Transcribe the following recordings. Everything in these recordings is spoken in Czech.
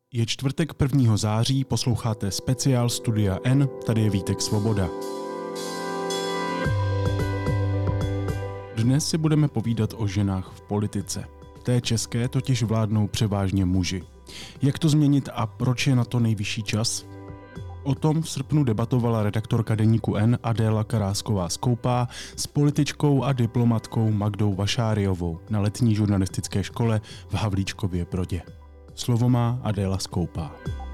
Je čtvrtek 1. září, posloucháte speciál Studia N, tady je Vítek Svoboda. Dnes si budeme povídat o ženách v politice. Té české totiž vládnou převážně muži. Jak to změnit a proč je na to nejvyšší čas? O tom v srpnu debatovala redaktorka deníku N Adéla Karásková-Skoupá s političkou a diplomatkou Magdou Vašáriovou na letní žurnalistické škole v Havlíčkově Brodě. Slovo má Adéla Skoupá.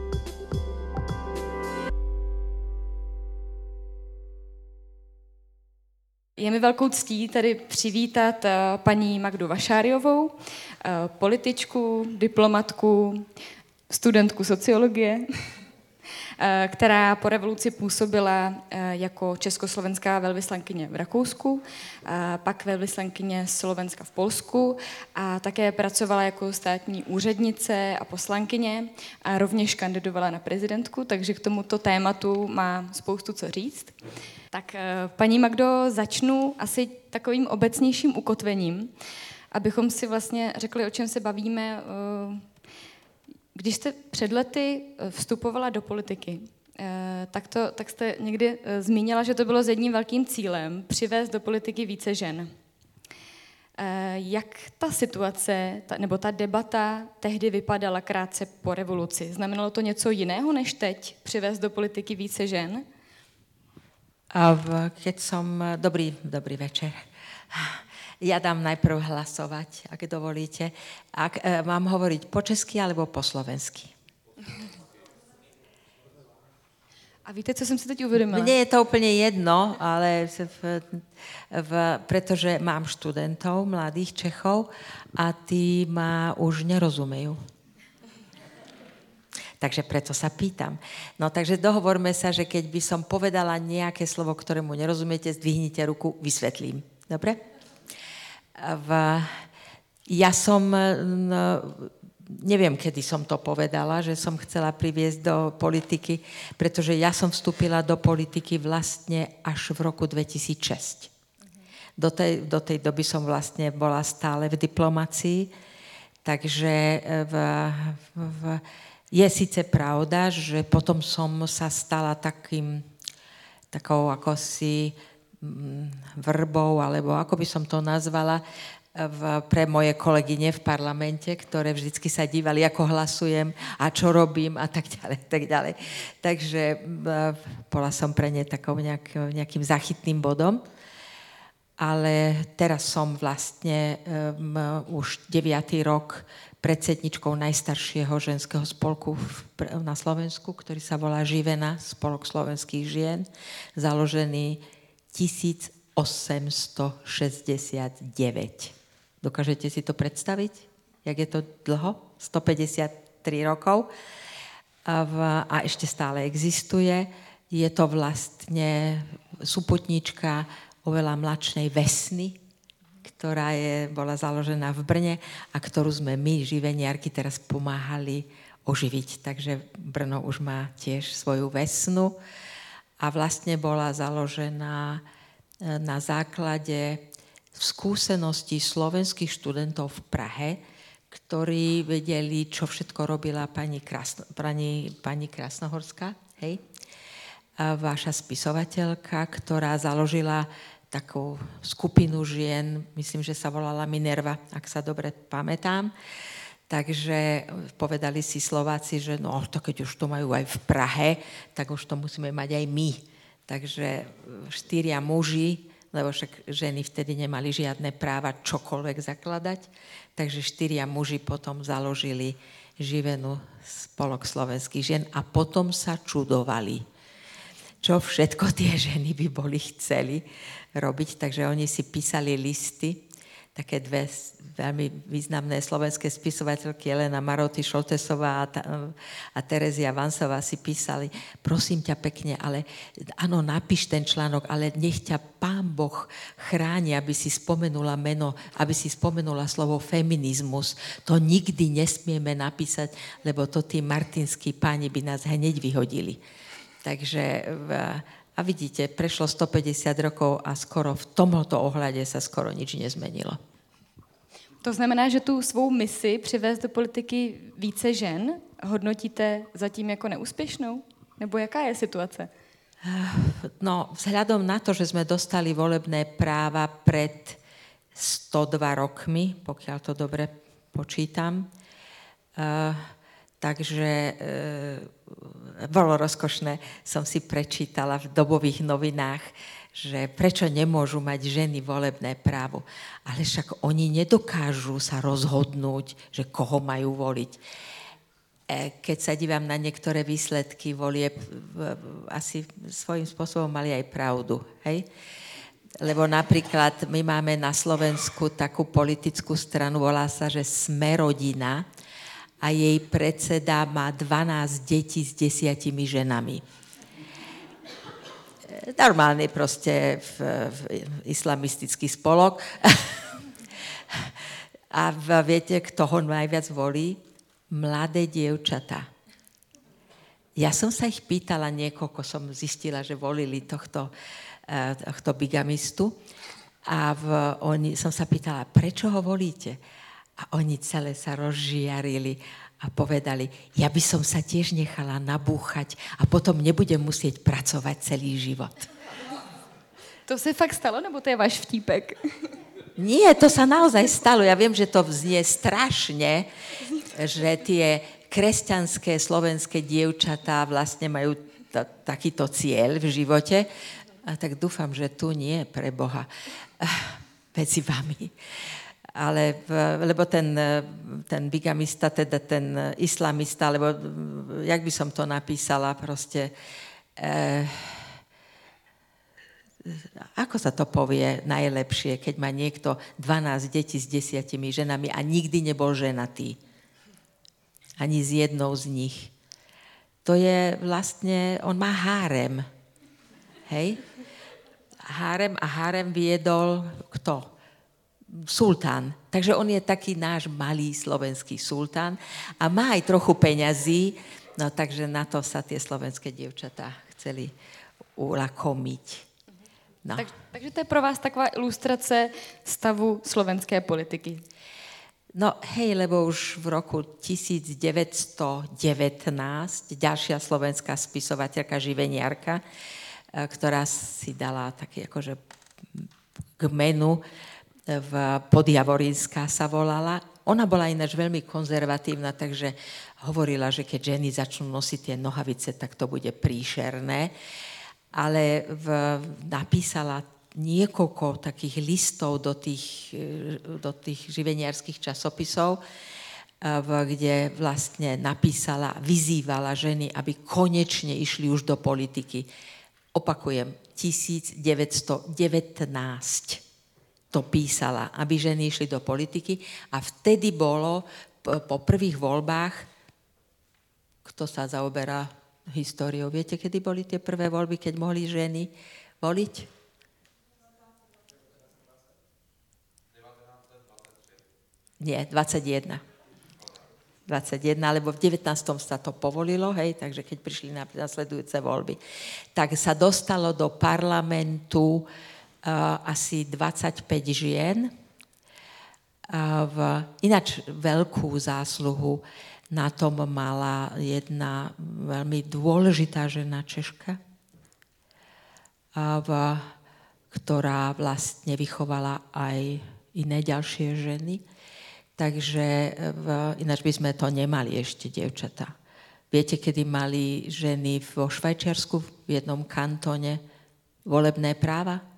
Je mi velkou ctí tady přivítat paní Magdu Vašáriovou, političku, diplomatku, studentku sociologie, která po revoluci působila jako československá velvyslankyně v Rakousku, pak velvyslankyně Slovenska v Polsku a také pracovala jako státní úřednice a poslankyně a rovněž kandidovala na prezidentku, takže k tomuto tématu má spoustu co říct. Tak paní Magdo, začnu asi takovým obecnějším ukotvením, abychom si vlastně řekli, o čem se bavíme. Když jste před lety vstupovala do politiky, tak jste někdy zmínila, že to bylo s jedním velkým cílem přivést do politiky více žen. Jak ta situace, nebo ta debata tehdy vypadala krátce po revoluci? Znamenalo to něco jiného než teď přivést do politiky více žen? Dobrý večer. Ja dám najprv hlasovať, ak dovolíte. Mám hovoriť po česky alebo po slovensky? A víte, co jsem si teď uvědomila? Mne je to úplne jedno, ale pretože mám študentov, mladých Čechov, a tí ma už nerozumejú. Takže preto sa pýtam. No takže dohovorme sa, že keď by som povedala nejaké slovo, ktorému nerozumiete, zdvihnite ruku, vysvetlím. Dobre? Ja som, neviem, kedy som to povedala, že som chcela priviesť do politiky, pretože ja som vstúpila do politiky vlastne až v roku 2006. Do tej doby som vlastne bola stále v diplomácii, takže je síce pravda, že potom som sa stala takou akosi vrbou, alebo ako by som to nazvala, pre moje kolegyne v parlamente, ktoré vždycky sa dívali, ako hlasujem a čo robím a tak ďalej. Takže bola som pre ne takou nejakým zachytným bodom. Ale teraz som vlastne už 9. rok predsedničkou najstaršieho ženského spolku na Slovensku, ktorý sa volá Živena, spolok slovenských žien, založený 1869. Dokážete si to predstaviť? Jak je to dlho? 153 rokov. A ešte stále existuje. Je to vlastne súputníčka oveľa mladšej Vesny, ktorá bola založená v Brne a ktorú sme my, živeniarky, teraz pomáhali oživiť. Takže Brno už má tiež svoju Vesnu. A vlastne bola založená na základe skúseností slovenských študentov v Prahe, ktorí vedeli, čo všetko robila pani Krásnohorská, hej? Vaša spisovateľka, ktorá založila takú skupinu žien, myslím, že sa volala Minerva, ak sa dobre pamätám. Takže povedali si Slováci, že no, to keď už to majú aj v Prahe, tak už to musíme mať aj my. Takže 4 muži, lebo však ženy vtedy nemali žiadne práva čokoľvek zakladať, takže 4 muži potom založili Živenu, spolok slovenských žien, a potom sa čudovali, čo všetko tie ženy by boli chceli robiť. Takže oni si písali listy. Také dve veľmi významné slovenské spisovateľky, Elena Maroty Šoltesová a Terezia Vansová, si písali: prosím ťa pekne, ale áno, napíš ten článok, ale nech ťa Pán Boh chráni, aby si spomenula slovo feminizmus. To nikdy nesmieme napísať, lebo to tí martinskí páni by nás hneď vyhodili. Takže a vidíte, prešlo 150 rokov a skoro v tomto ohľade sa skoro nič nezmenilo. To znamená, že tu svou misi přivést do politiky více žen hodnotíte zatím jako neúspěšnou? Nebo jaká je situace? No, vzhľadom na to, že sme dostali volebné práva pred 102 rokmi, pokiaľ to dobre počítam, takže bolo rozkošné, som si prečítala v dobových novinách, že prečo nemôžu mať ženy volebné právo. Ale však oni nedokážu sa rozhodnúť, že koho majú voliť. Keď sa dívam na niektoré výsledky volieb, asi svojím spôsobom mali aj pravdu. Hej? Lebo napríklad my máme na Slovensku takú politickú stranu, volá sa, že Sme rodina, a jej predseda má 12 detí s 10 ženami. Normálny proste islamistický spolok. A viete, kto ho najviac volí? Mladé dievčatá. Ja som sa ich pýtala, niekoľko som zistila, že volili tohto bigamistu. A som sa pýtala, prečo ho volíte? A oni celé sa rozžiarili a povedali, ja by som sa tiež nechala nabúchať a potom nebudem musieť pracovať celý život. To se fakt stalo, nebo to je váš vtípek? Nie, to sa naozaj stalo. Ja viem, že to znie strašne, že tie kresťanské slovenské dievčatá vlastne majú takýto cieľ v živote. A tak dúfam, že tu nie pre Boha medzi vami. Ale, lebo ten bigamista, teda ten islamista, alebo jak by som to napísala, proste, ako sa to povie najlepšie, keď má niekto 12 detí s 10 ženami a nikdy nebol ženatý. Ani s jednou z nich. To je vlastne, on má hárem. Hej? Hárem viedol kto? Sultán. Takže on je taký náš malý slovenský sultán a má aj trochu peňazí, no takže na to sa tie slovenské dievčatá chceli ulakomiť. No. Takže to je pro vás taková ilustrace stavu slovenské politiky. No hej, lebo už v roku 1919 ďalšia slovenská spisovateľka, živeniarka, ktorá si dala taký akože k menu, Podjavorínska sa volala. Ona bola ináč veľmi konzervatívna, takže hovorila, že keď ženy začnú nosiť tie nohavice, tak to bude príšerné. Ale napísala niekoľko takých listov do tých živeniarských časopisov, kde vlastne napísala, vyzývala ženy, aby konečne išli už do politiky. Opakujem, 1919 to písala, aby ženy išli do politiky a vtedy bolo po prvých voľbách, kto sa zaoberá históriou, viete, kedy boli tie prvé voľby, keď mohli ženy voliť? 1923. Nie, 21, lebo v 19. sa to povolilo, hej, takže keď prišli na nasledujúce voľby, tak sa dostalo do parlamentu asi 25 žien. Ináč veľkú zásluhu na tom mala jedna veľmi dôležitá žena Češka, ktorá vlastne vychovala aj iné ďalšie ženy. Takže ináč by sme to nemali ešte, dievčatá. Viete, kedy mali ženy vo Švajčiarsku v jednom kantone volebné práva?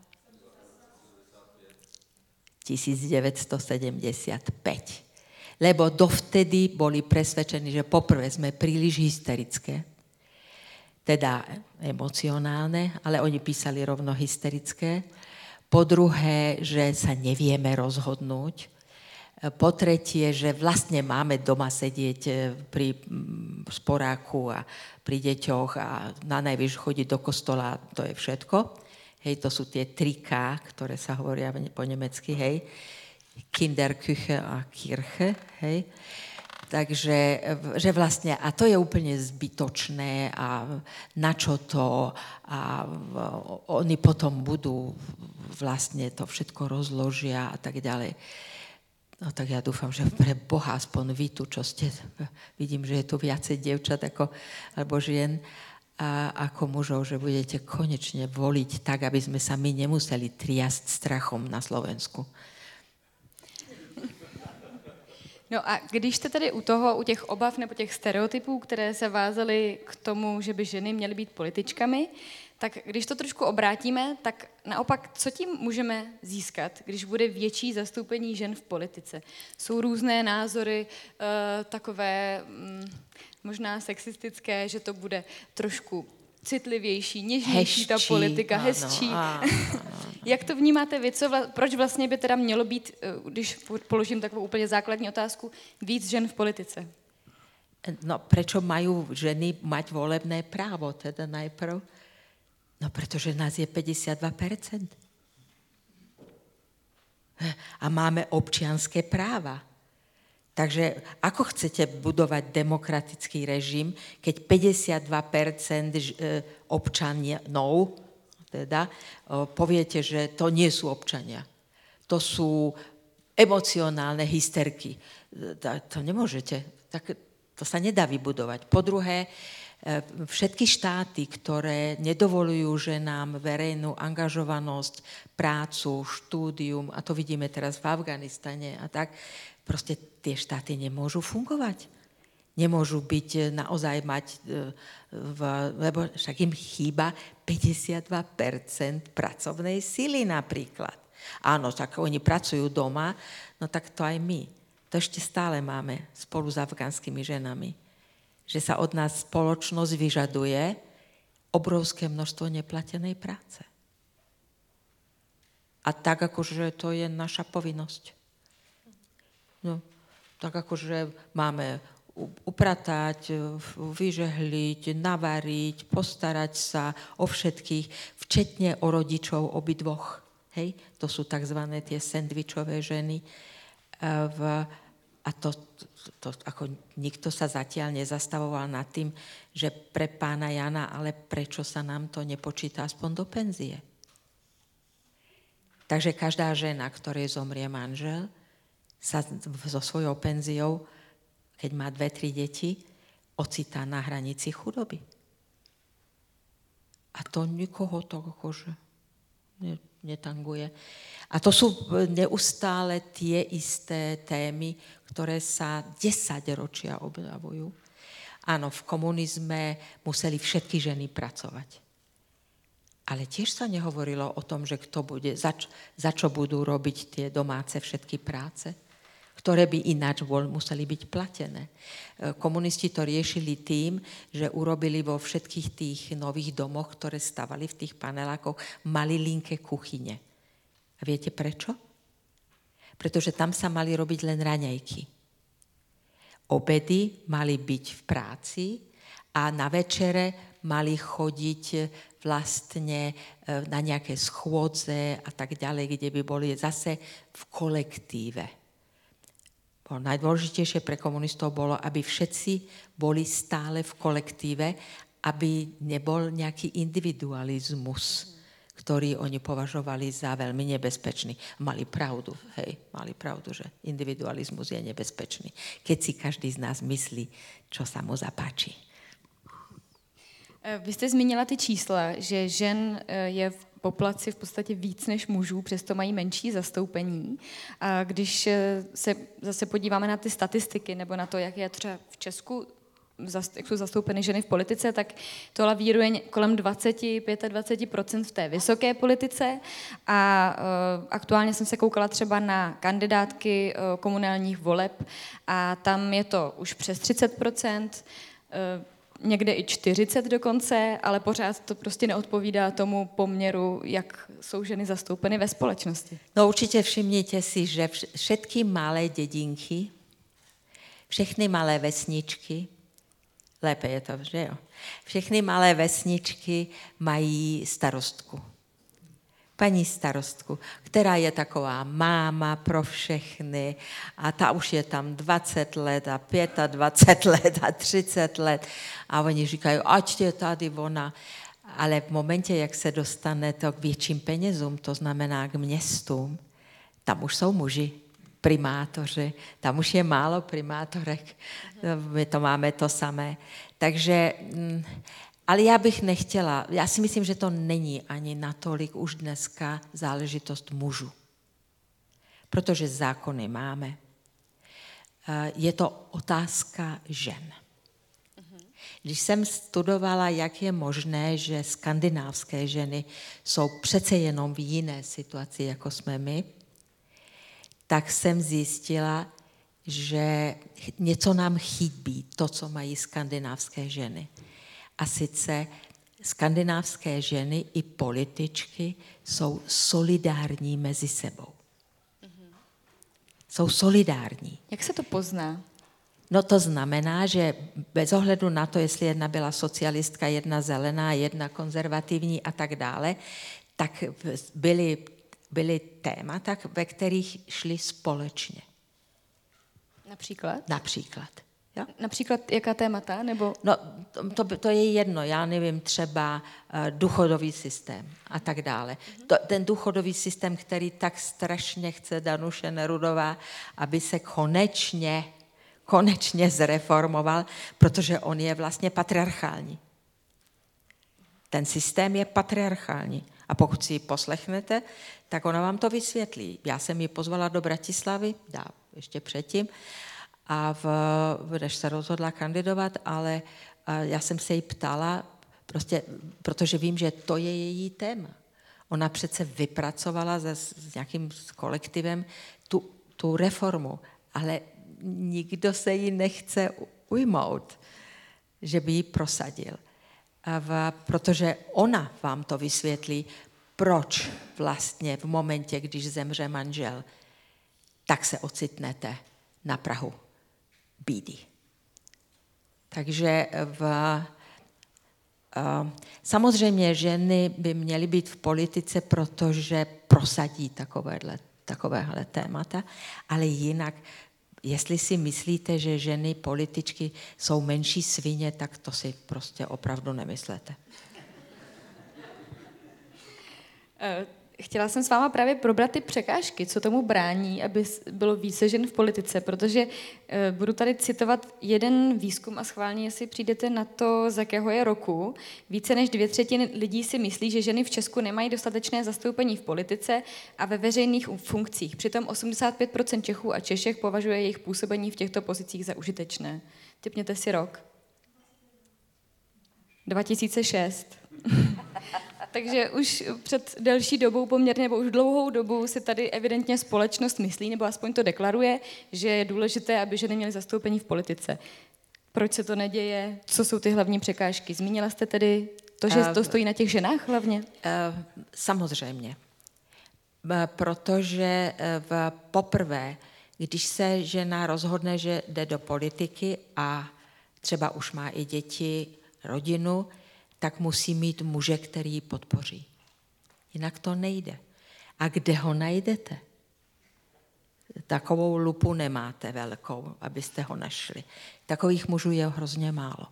1975. Lebo dovtedy boli presvedčení, že poprvé sme príliš hysterické, teda emocionálne, ale oni písali rovno hysterické. Po druhé, že sa nevieme rozhodnúť. Po tretie, že vlastne máme doma sedieť pri sporáku a pri deťoch a na najvyš chodiť do kostola, to je všetko. Hej, to sú tie 3K, ktoré sa hovoria po nemecky, hej. Kinderküche a Kirche, hej. Takže, že vlastne, a to je úplne zbytočné a na čo to, a oni potom budú vlastne to všetko rozložia a tak ďalej. No tak ja dúfam, že pre Boha aspoň vy tu, čo ste, vidím, že je tu viacej dievčat alebo žien ako mužov, že budete konečne voliť tak, aby sme sa my nemuseli triasť strachom na Slovensku. No a když jste tady u těch obav nebo těch stereotypů, které se vázaly k tomu, že by ženy měly být političkami, tak když to trošku obrátíme, tak naopak, co tím můžeme získat, když bude větší zastoupení žen v politice? Jsou různé názory, takové možná sexistické, že to bude trošku citlivější, něžnější ta politika, hezčí. Jak to vnímáte vy? Proč vlastně by teda mělo být, když položím takovou úplně základní otázku, víc žen v politice? No, prečo majú ženy mať volebné právo teda najprv? No, pretože nás je 52%. A máme občianske práva. Takže ako chcete budovať demokratický režim, keď 52% občanov teda poviete, že to nie sú občania. To sú emocionálne hysterky. To nemôžete. To sa nedá vybudovať. Po druhé, všetky štáty, ktoré nedovolujú ženám verejnú angažovanosť, prácu, štúdium, a to vidíme teraz v Afganistane a tak, proste tie štáty nemôžu fungovať. Nemôžu byť naozaj mať, lebo však im chýba 52% pracovnej sily napríklad. Áno, tak oni pracujú doma, no tak to aj my. To ešte stále máme spolu s afgánskymi ženami. Že sa od nás spoločnosť vyžaduje obrovské množstvo neplatenej práce. A tak akože to je naša povinnosť. No, tak akože máme upratať, vyžehliť, navariť, postarať sa o všetkých, včetne o rodičov obidvoch. Hej? To sú takzvané tie sendvičové ženy. A to ako nikto sa zatiaľ nezastavoval nad tým, že pre pána Jana, ale prečo sa nám to nepočíta aspoň do penzie. Takže každá žena, ktorej zomrie manžel, sa so svojou penziou, keď má 2-3 deti, ocitá na hranici chudoby. A to nikoho to akože netanguje. A to sú neustále tie isté témy, ktoré sa 10 ročia objavujú. Áno, v komunizme museli všetky ženy pracovať. Ale tiež sa nehovorilo o tom, že kto bude, za čo budú robiť tie domáce všetky práce, ktoré by ináč museli byť platené. Komunisti to riešili tým, že urobili vo všetkých tých nových domoch, ktoré stavali v tých panelákoch, malilinké kuchyne. A viete prečo? Pretože tam sa mali robiť len raňajky. Obedy mali byť v práci a na večere mali chodiť vlastne na nejaké schôdze a tak ďalej, kde by boli zase v kolektíve. Najdôležitejšie pre komunistov bolo, aby všetci boli stále v kolektíve, aby nebol nejaký individualizmus, ktorý oni považovali za veľmi nebezpečný. Mali pravdu, že individualizmus je nebezpečný, keď si každý z nás myslí, čo sa mu zapáči. Vy jste zmínila ty čísla, že žen je v populaci v podstatě víc než mužů, přesto mají menší zastoupení. A když se zase podíváme na ty statistiky nebo na to, jak je třeba v Česku, jak jsou zastoupeny ženy v politice, tak to lavíruje kolem 20-25% v té vysoké politice a aktuálně jsem se koukala třeba na kandidátky komunálních voleb a tam je to už přes 30%, někde i 40 dokonce, ale pořád to prostě neodpovídá tomu poměru, jak jsou ženy zastoupeny ve společnosti. No určite všimnite si, že všetky malé dedinky, všechny malé vesničky, lépe je to, že jo? Všechny malé vesničky mají starostku. Paní starostku, která je taková máma pro všechny a ta už je tam 20 let a 25 let a 30 let a oni říkají, ať je tady ona. Ale v momente, jak se dostane to k větším penězům, to znamená k městům, tam už jsou muži. primátoři. Tam už je málo primátorek, my to máme to samé. Takže, ale já bych nechtěla, já si myslím, že to není ani natolik už dneska záležitost mužů. Protože zákony máme. Je to otázka žen. Když jsem studovala, jak je možné, že skandinávské ženy jsou přece jenom v jiné situaci, jako jsme my, tak jsem zjistila, že něco nám chybí, to, co mají skandinávské ženy. A sice skandinávské ženy i političky jsou solidární mezi sebou. Jsou solidární. Jak se to pozná? No to znamená, že bez ohledu na to, jestli jedna byla socialistka, jedna zelená, jedna konzervativní a tak dále, tak byly témata, ve kterých šli společně. Například? Například. Jo? Například jaká témata? Nebo... No to je jedno, já nevím, třeba důchodový systém a tak dále. Ten důchodový systém, který tak strašně chce Danuše Nerudová, aby se konečně zreformoval, protože on je vlastně patriarchální. Ten systém je patriarchální. A pokud si ji poslechnete, tak ona vám to vysvětlí. Já jsem ji pozvala do Bratislavy, ještě předtím, než se rozhodla kandidovat, ale já jsem se jí ptala, prostě, protože vím, že to je její téma. Ona přece vypracovala s nějakým kolektivem tu reformu, ale nikdo se jí nechce ujmout, že by ji prosadil. Protože ona vám to vysvětlí, proč vlastně v momentě, když zemře manžel, tak se ocitnete na prahu bídy. Takže samozřejmě ženy by měly být v politice, protože prosadí takovéhle témata, ale jinak, jestli si myslíte, že ženy političky jsou menší svině, tak to si prostě opravdu nemyslete. Chtěla jsem s váma právě probrat ty překážky, co tomu brání, aby bylo více žen v politice, protože budu tady citovat jeden výzkum a schválně, jestli přijdete na to, z jakého je roku. Více než 2/3 lidí si myslí, že ženy v Česku nemají dostatečné zastoupení v politice a ve veřejných funkcích. Přitom 85% Čechů a Češek považuje jejich působení v těchto pozicích za užitečné. Tipněte si rok. 2006. Takže už před delší dobou poměrně, nebo už dlouhou dobu si tady evidentně společnost myslí, nebo aspoň to deklaruje, že je důležité, aby ženy měly zastoupení v politice. Proč se to neděje? Co jsou ty hlavní překážky? Zmínila jste tedy to, že to stojí na těch ženách hlavně? Samozřejmě. Protože poprvé, když se žena rozhodne, že jde do politiky a třeba už má i děti, rodinu, tak musí mít muže, který ji podpoří. Jinak to nejde. A kde ho najdete? Takovou lupu nemáte velkou, abyste ho našli. Takových mužů je hrozně málo.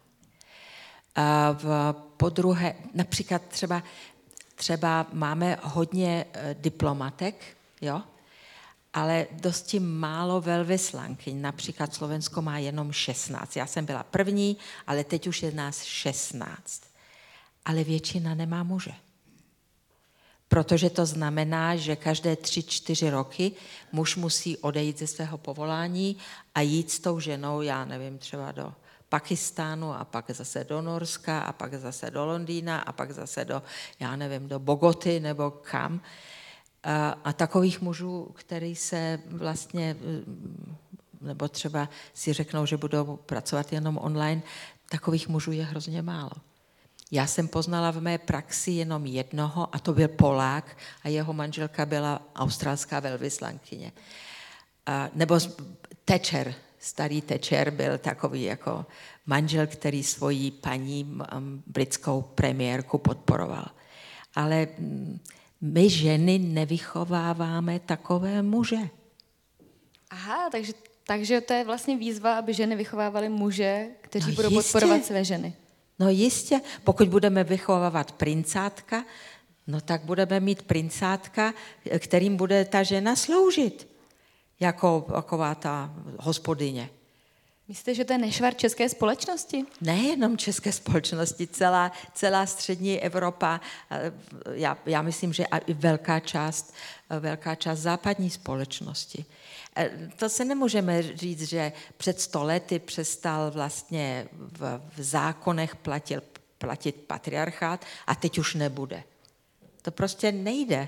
Podruhé, například třeba máme hodně diplomatek, jo? Ale dosti málo velvyslankyň. Například Slovensko má jenom 16. Já jsem byla první, ale teď už je nás 16. Ale většina nemá muže. Protože to znamená, že každé 3-4 roky muž musí odejít ze svého povolání a jít s tou ženou, já nevím, třeba do Pakistánu a pak zase do Norska a pak zase do Londýna a pak zase do, já nevím, do Bogoty nebo kam. A takových mužů, který se vlastně, nebo třeba si řeknou, že budou pracovat jenom online, takových mužů je hrozně málo. Já jsem poznala v mé praxi jenom jednoho, a to byl Polák, a jeho manželka byla australská velvyslankyně. Nebo Thatcher, starý Thatcher byl takový jako manžel, který svoji paní britskou premiérku podporoval. Ale my ženy nevychováváme takové muže. Aha, takže to je vlastně výzva, aby ženy vychovávaly muže, kteří budou podporovat své ženy. No jistě, pokud budeme vychovávat princátka, no tak budeme mít princátka, kterým bude ta žena sloužit. jako taková ta hospodyně. Myslíte, že to je nešvar české společnosti? Nejenom české společnosti, celá střední Evropa, já myslím, že i velká část západní společnosti. To se nemůžeme říct, že před 100 lety přestal vlastně v zákonech platit patriarchát a teď už nebude. To prostě nejde.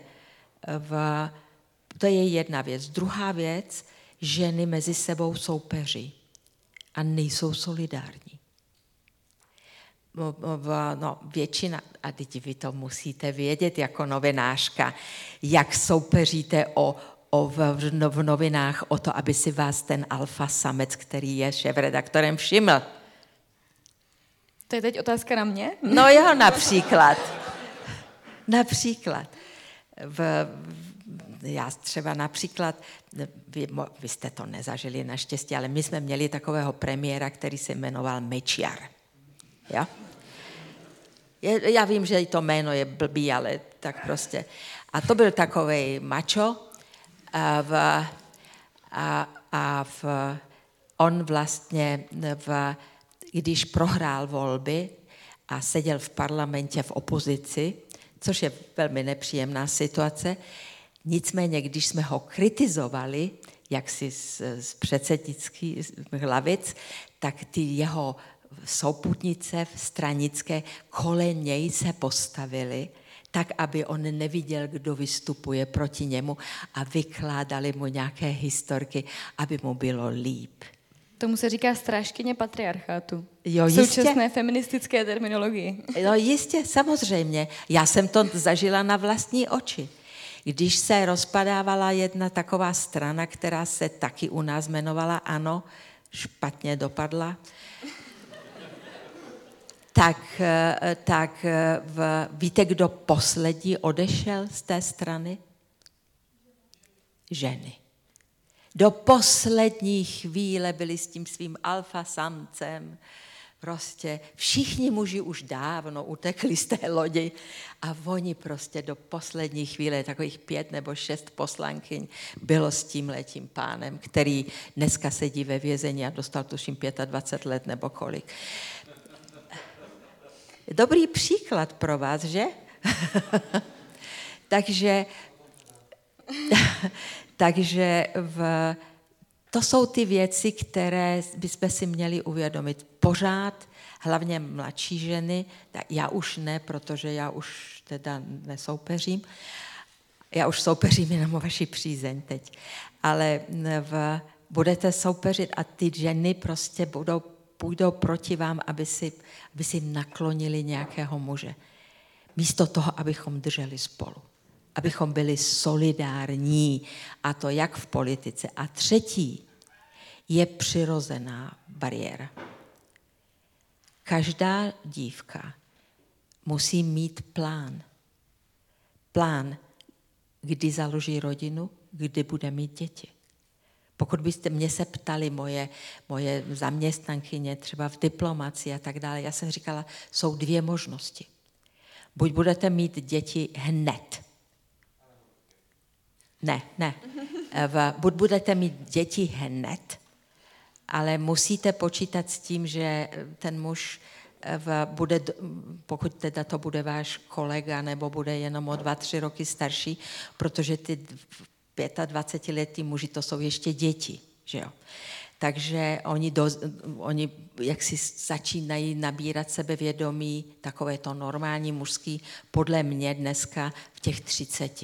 To je jedna věc. Druhá věc, ženy mezi sebou soupeří a nejsou solidární. No, většina, a teď vy to musíte vědět jako novinářka, jak soupeříte v novinách o to, aby si vás ten alfa samec, který je šéfredaktorem, všiml. To je teď otázka na mě? No jo, například. Já třeba například, vy jste to nezažili naštěstí, ale my jsme měli takového premiéra, který se jmenoval Mečiar. Ja? Já vím, že to jméno je blbý, ale tak prostě. A to byl takovej mačo on vlastně, když prohrál volby a seděl v parlamentě v opozici, což je velmi nepříjemná situace, nicméně, když jsme ho kritizovali, jaksi z předsednických hlavic, tak ty jeho souputnice stranické kolem něj se postavili, tak, aby on neviděl, kdo vystupuje proti němu a vykládali mu nějaké historky, aby mu bylo líp. Tomu se říká strážkyně patriarchátu. Jo, v současné feministické terminologii. No jistě, samozřejmě. Já jsem to zažila na vlastní oči. Když se rozpadávala jedna taková strana, která se taky u nás jmenovala ANO, špatně dopadla, víte, kdo poslední odešel z té strany? Ženy. Do poslední chvíle byli s tím svým alfa samcem. Prostě všichni muži už dávno utekli z té lodi a oni prostě do poslední chvíle, takových 5 nebo 6 poslankyň, bylo s tímhletím pánem, který dneska sedí ve vězení a dostal tuším 25 let nebo kolik. Dobrý příklad pro vás, že? Takže to jsou ty věci, které bychom si měli uvědomit. Pořád, hlavně mladší ženy, já už ne, protože já už teda nesoupeřím, já už soupeřím jenom o vaši přízeň teď, ale budete soupeřit a ty ženy prostě půjdou proti vám, aby si naklonili nějakého muže. Místo toho, abychom drželi spolu. Abychom byli solidární, a to jak v politice. A třetí je přirozená bariéra. Každá dívka musí mít plán. Plán, kdy založí rodinu, kdy bude mít děti. Pokud byste mě se ptali moje zaměstnankyně třeba v diplomacii a tak dále, já jsem říkala, jsou 2 možnosti. Buď budete mít děti hned. Ne. Buď budete mít děti hned, ale musíte počítat s tím, že ten muž bude, pokud teda to bude váš kolega, nebo bude jenom o 2-3 roky starší, protože ty 25letí muži, to jsou ještě děti, že jo. Takže oni jaksi začínají nabírat sebevědomí, takové to normální mužský, podle mě dneska v těch 30,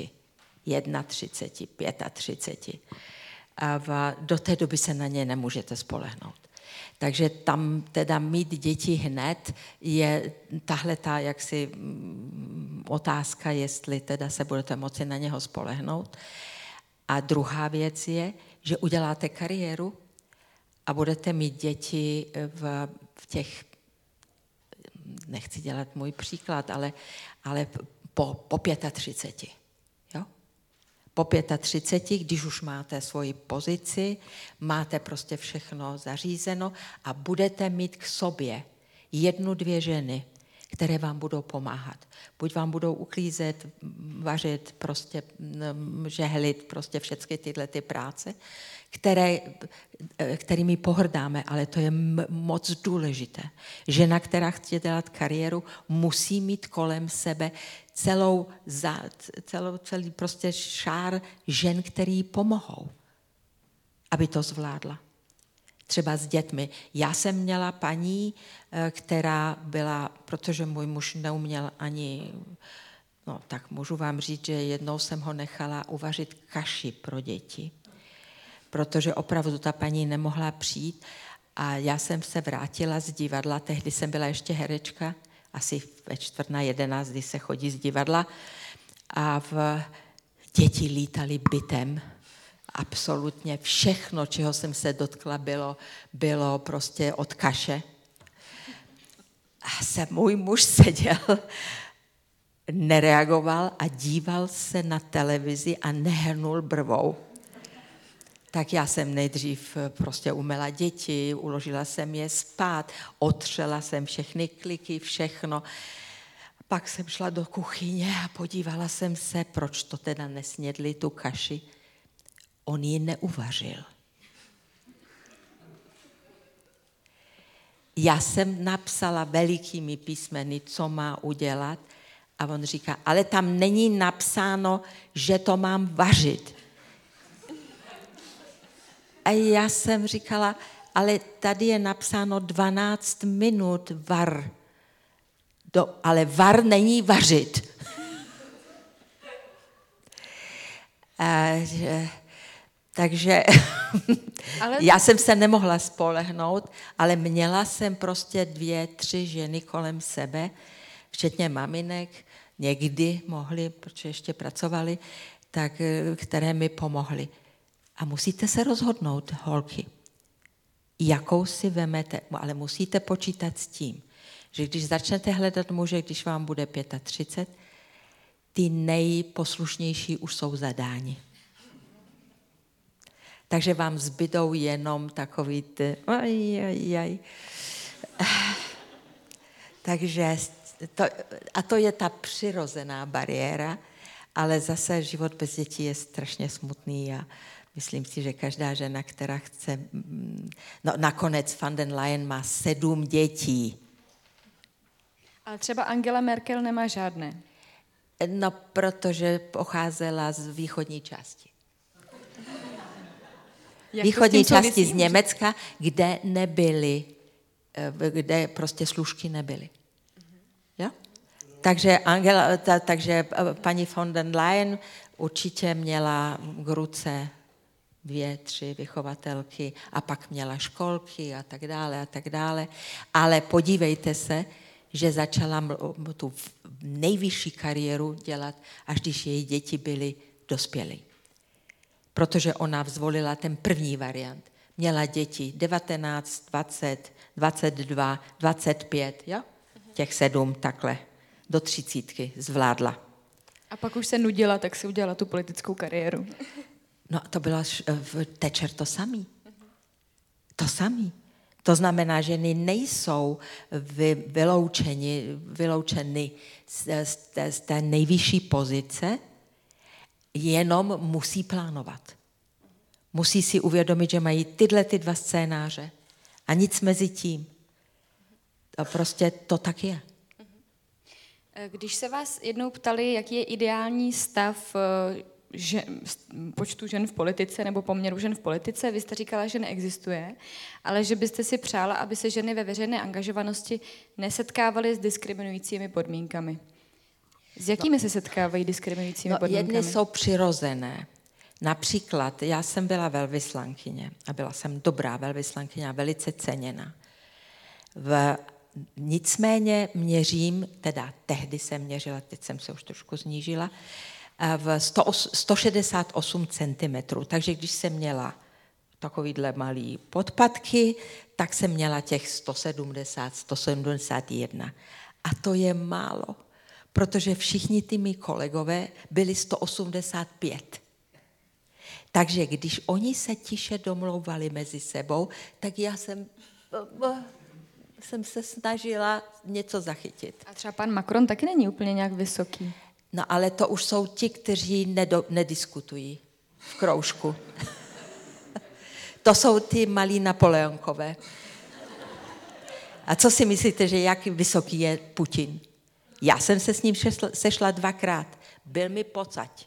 31, 35. A do té doby se na ně nemůžete spolehnout. Takže tam teda mít děti hned je tahle ta jaksi otázka, jestli teda se budete moci na něho spolehnout. A druhá věc je, že uděláte kariéru a budete mít děti v těch, nechci dělat můj příklad, ale po 35. Jo? Po 35, když už máte svoji pozici, máte prostě všechno zařízeno a budete mít k sobě 1, 2 ženy, které vám budou pomáhat. Buď vám budou uklízet, vařit, prostě žehlit, prostě všechny tyhle ty práce, kterými pohrdáme, ale to je moc důležité. Žena, která chce dělat kariéru, musí mít kolem sebe celý prostě šár žen, který jí pomohou, aby to zvládla. Třeba s dětmi. Já jsem měla paní, která byla, protože můj muž neuměl ani, no tak můžu vám říct, že jednou jsem ho nechala uvařit kaši pro děti, protože opravdu ta paní nemohla přijít a já jsem se vrátila z divadla, tehdy jsem byla ještě herečka, asi ve 10:45, kdy se chodí z divadla a děti lítali bytem. Absolutně všechno, čeho jsem se dotkla, bylo prostě od kaše. A můj muž seděl, nereagoval a díval se na televizi a nehrnul brvou. Tak já jsem nejdřív prostě umyla děti, uložila jsem je spát, otřela jsem všechny kliky, všechno. Pak jsem šla do kuchyně a podívala jsem se, proč to teda nesnědli tu kaši. On ji neuvařil. Já jsem napsala velikými písmeny, co má udělat a on říká, ale tam není napsáno, že to mám vařit. A já jsem říkala, ale tady je napsáno 12 minut var. Ale var není vařit. Takže já jsem se nemohla spolehnout, ale měla jsem prostě 2, 3 ženy kolem sebe, včetně maminek, někdy mohly, protože ještě pracovali, tak, které mi pomohly. A musíte se rozhodnout, holky, jakou si vemete, ale musíte počítat s tím, že když začnete hledat muže, když vám bude 35, ty nejposlušnější už jsou zadáni. Takže vám zbydou jenom takový ty... Takže to je ta přirozená bariéra, ale zase život bez dětí je strašně smutný a myslím si, že každá žena, která chce... No nakonec van den Leyen má 7 dětí. Ale třeba Angela Merkel nemá žádné. No, protože pocházela z východní části. Východní části z Německa, kde nebyly, kde prostě služky nebyly. Jo? Takže paní von der Leyen určitě měla k ruce 2, 3 vychovatelky a pak měla školky a tak dále. Ale podívejte se, že začala tu nejvyšší kariéru dělat, až když její děti byly dospělí. Protože ona zvolila ten první variant. Měla děti 19, 20, 22, 25, jo? Těch 7 takhle do 30 zvládla. A pak už se nudila, tak si udělala tu politickou kariéru. No to bylo v Thatcher to samý. To samý. To znamená, že nejsou vyloučeny z té nejvyšší pozice, jenom musí plánovat. Musí si uvědomit, že mají tyhle 2 scénáře a nic mezi tím. To prostě to tak je. Když se vás jednou ptali, jaký je ideální stav počtu žen v politice nebo poměru žen v politice, vy jste říkala, že neexistuje, ale že byste si přála, aby se ženy ve veřejné angažovanosti nesetkávaly s diskriminujícími podmínkami. S jakými se setkávají diskriminujícími podmínkami? Jedny jsou přirozené. Například, já jsem byla velvyslankyně a byla jsem dobrá velvyslankyně a velice ceněná. Nicméně měřím, teda tehdy jsem měřila, teď jsem se už trošku znížila, v 168 cm. Takže když jsem měla takovýhle malý podpatky, tak jsem měla těch 170, 171. A to je málo, protože všichni ty mý kolegové byli 185. Takže když oni se tiše domlouvali mezi sebou, tak já jsem jsem se snažila něco zachytit. A třeba pan Macron taky není úplně nějak vysoký. No ale to už jsou ti, kteří nediskutují v kroužku. To jsou ty malí Napoleonkové. A co si myslíte, že jak vysoký je Putin? Já jsem se s ním sešla 2krát. Byl mi pocať.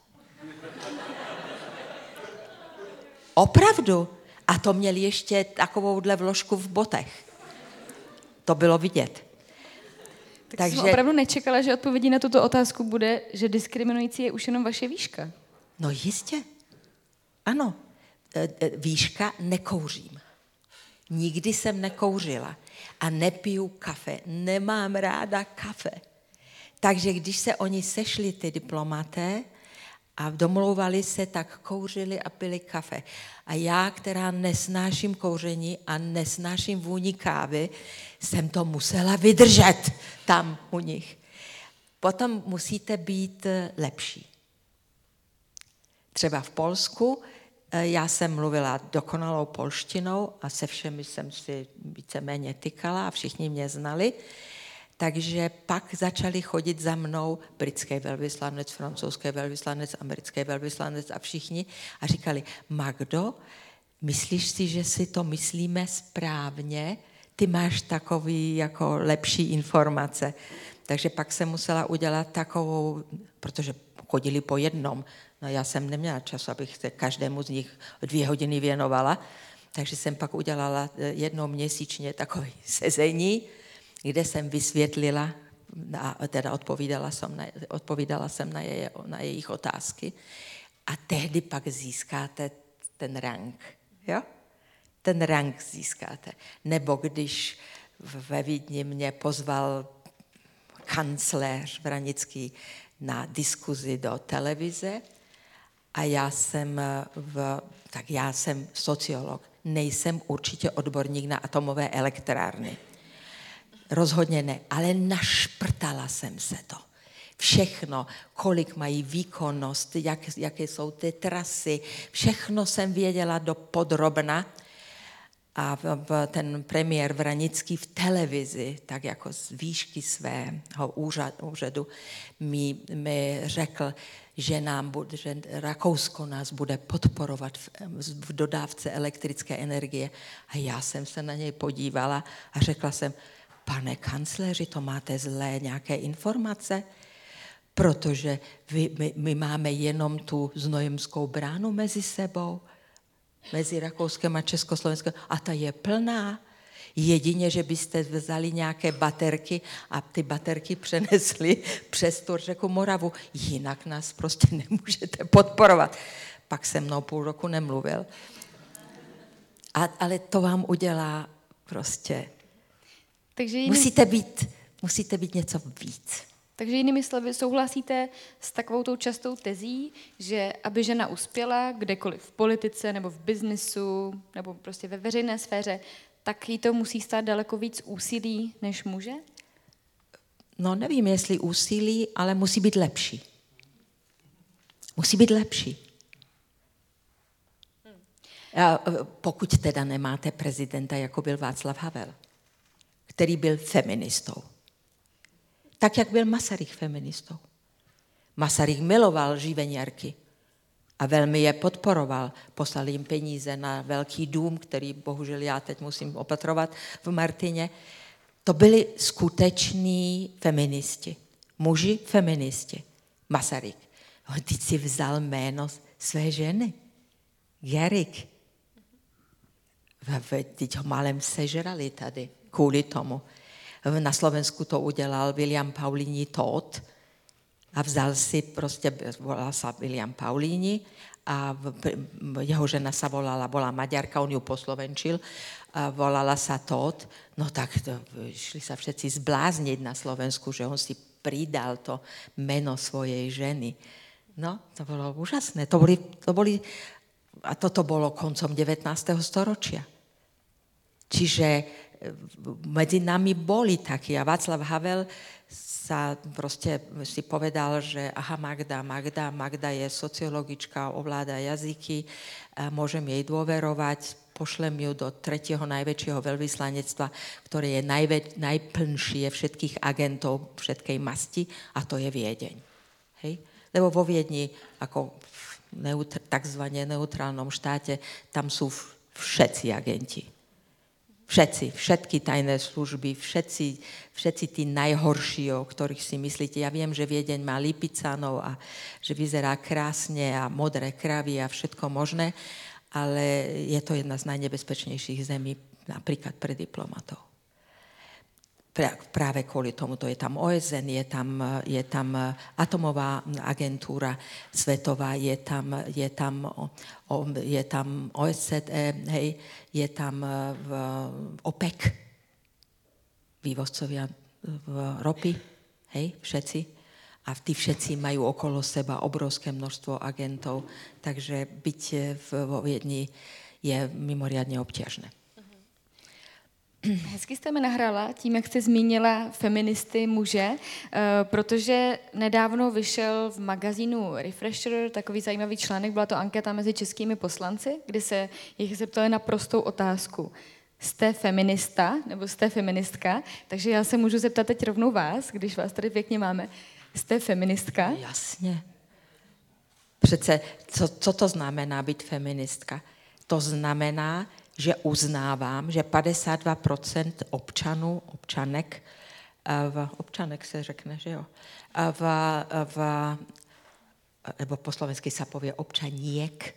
Opravdu. A to měl ještě takovouhle vložku v botech. To bylo vidět. Takže jsem opravdu nečekala, že odpovědí na tuto otázku bude, že diskriminující je už jenom vaše výška. No jistě. Ano. Výška, nekouřím. Nikdy jsem nekouřila. A nepiju kafe. Nemám ráda kafe. Takže když se oni sešli, ty diplomaté, a domlouvali se, tak kouřili a pili kafe. A já, která nesnáším kouření a nesnáším vůni kávy, jsem to musela vydržet tam u nich. Potom musíte být lepší. Třeba v Polsku já jsem mluvila dokonalou polštinou a se všemi jsem si víceméně tykala a všichni mě znali. Takže pak začali chodit za mnou britský velvyslanec, francouzský velvyslanec, americký velvyslanec a všichni a říkali, Magdo, myslíš si, že si to myslíme správně? Ty máš takový jako lepší informace. Takže pak jsem musela udělat takovou, protože chodili po jednom. No já jsem neměla čas, abych se každému z nich 2 hodiny věnovala. Takže jsem pak udělala jednou měsíčně takové sezení, kde jsem vysvětlila, a teda odpovídala jsem na jejich otázky. A tehdy pak získáte ten rank. Jo? Ten rank získáte. Nebo když ve Vídni mě pozval kancléř Vranický na diskuzi do televize a já jsem sociolog. Nejsem určitě odborník na atomové elektrárny. Rozhodně ne, ale našprtala jsem se to. Všechno, kolik mají výkonnost, jaké jsou ty trasy, všechno jsem věděla do podrobna. A ten premiér Vranický v televizi, tak jako z výšky svého úřadu, mi řekl, že Rakousko nás bude podporovat v dodávce elektrické energie. A já jsem se na něj podívala a řekla jsem, pane kancléři, to máte zlé nějaké informace? Protože my máme jenom tu Znojemskou bránu mezi sebou, mezi Rakouskem a Československem, a ta je plná. Jedině, že byste vzali nějaké baterky a ty baterky přenesli přes tu řeku Moravu. Jinak nás prostě nemůžete podporovat. Pak se mnou 0,5 roku nemluvil. Ale to vám udělá prostě. Takže musíte být něco víc. Takže jinými slovy souhlasíte s takovou tou častou tezí, že aby žena uspěla kdekoliv v politice nebo v biznisu nebo prostě ve veřejné sféře, tak jí to musí stát daleko víc úsilí než muže? No nevím, jestli úsilí, ale musí být lepší. Musí být lepší. Pokud teda nemáte prezidenta, jako byl Václav Havel, který byl feministou. Tak, jak byl Masaryk feministou. Masaryk miloval živeniarky a velmi je podporoval. Poslal jim peníze na velký dům, který bohužel já teď musím opatrovat v Martině. To byli skuteční feministi. Muži feministi. Masaryk. On teď si vzal jméno své ženy. Gerig. Teď ho málem sežrali tady kvůli tomu. Na Slovensku to udělal William Paulini Todt a vzal si volal sa William Paulini a jeho žena sa bola Maďarka, on ju poslovenčil, a volala sa Todt. No tak šli sa všetci zblázniť na Slovensku, že on si pridal to meno svojej ženy. No, to bolo úžasné. A toto bolo koncom 19. storočia. Čiže medzi nami boli takí a Václav Havel sa proste si povedal, že aha, Magda je sociologička, ovláda jazyky, môžem jej dôverovať, pošlem ju do 3. najväčšieho veľvyslanectva, ktoré je najplnšie všetkých agentov všetkej masti, a to je Viedeň. Hej? Lebo vo Viedni, ako v takzvané neutrálnom štáte, tam sú všetci agenti. Všetky tajné služby, všetci tí najhorší, o ktorých si myslíte. Ja viem, že Viedeň má Lipicanov a že vyzerá krásne a modré kravy a všetko možné, ale je to jedna z najnebezpečnejších zemí napríklad pre diplomatov. Práve kvôli tomuto je tam OSN, je tam atomová agentúra svetová, je tam OSCE, hej, je tam OPEC, vývozcovia ropy, hej, všetci. A tí všetci majú okolo seba obrovské množstvo agentov, takže byť vo Viedni je mimoriadne obťažné. Hezky jste mi nahrála tím, jak jste zmínila feministy muže, protože nedávno vyšel v magazínu Refresher takový zajímavý článek, byla to anketa mezi českými poslanci, kdy se jich zeptali na prostou otázku. Jste feminista nebo jste feministka? Takže já se můžu zeptat teď rovnou vás, když vás tady pěkně máme. Jste feministka? Jasně. Přece, co to znamená být feministka? To znamená, že uznávám, že 52% občanek, občanek se řekne, že jo, nebo po slovensky sa povie občaniek,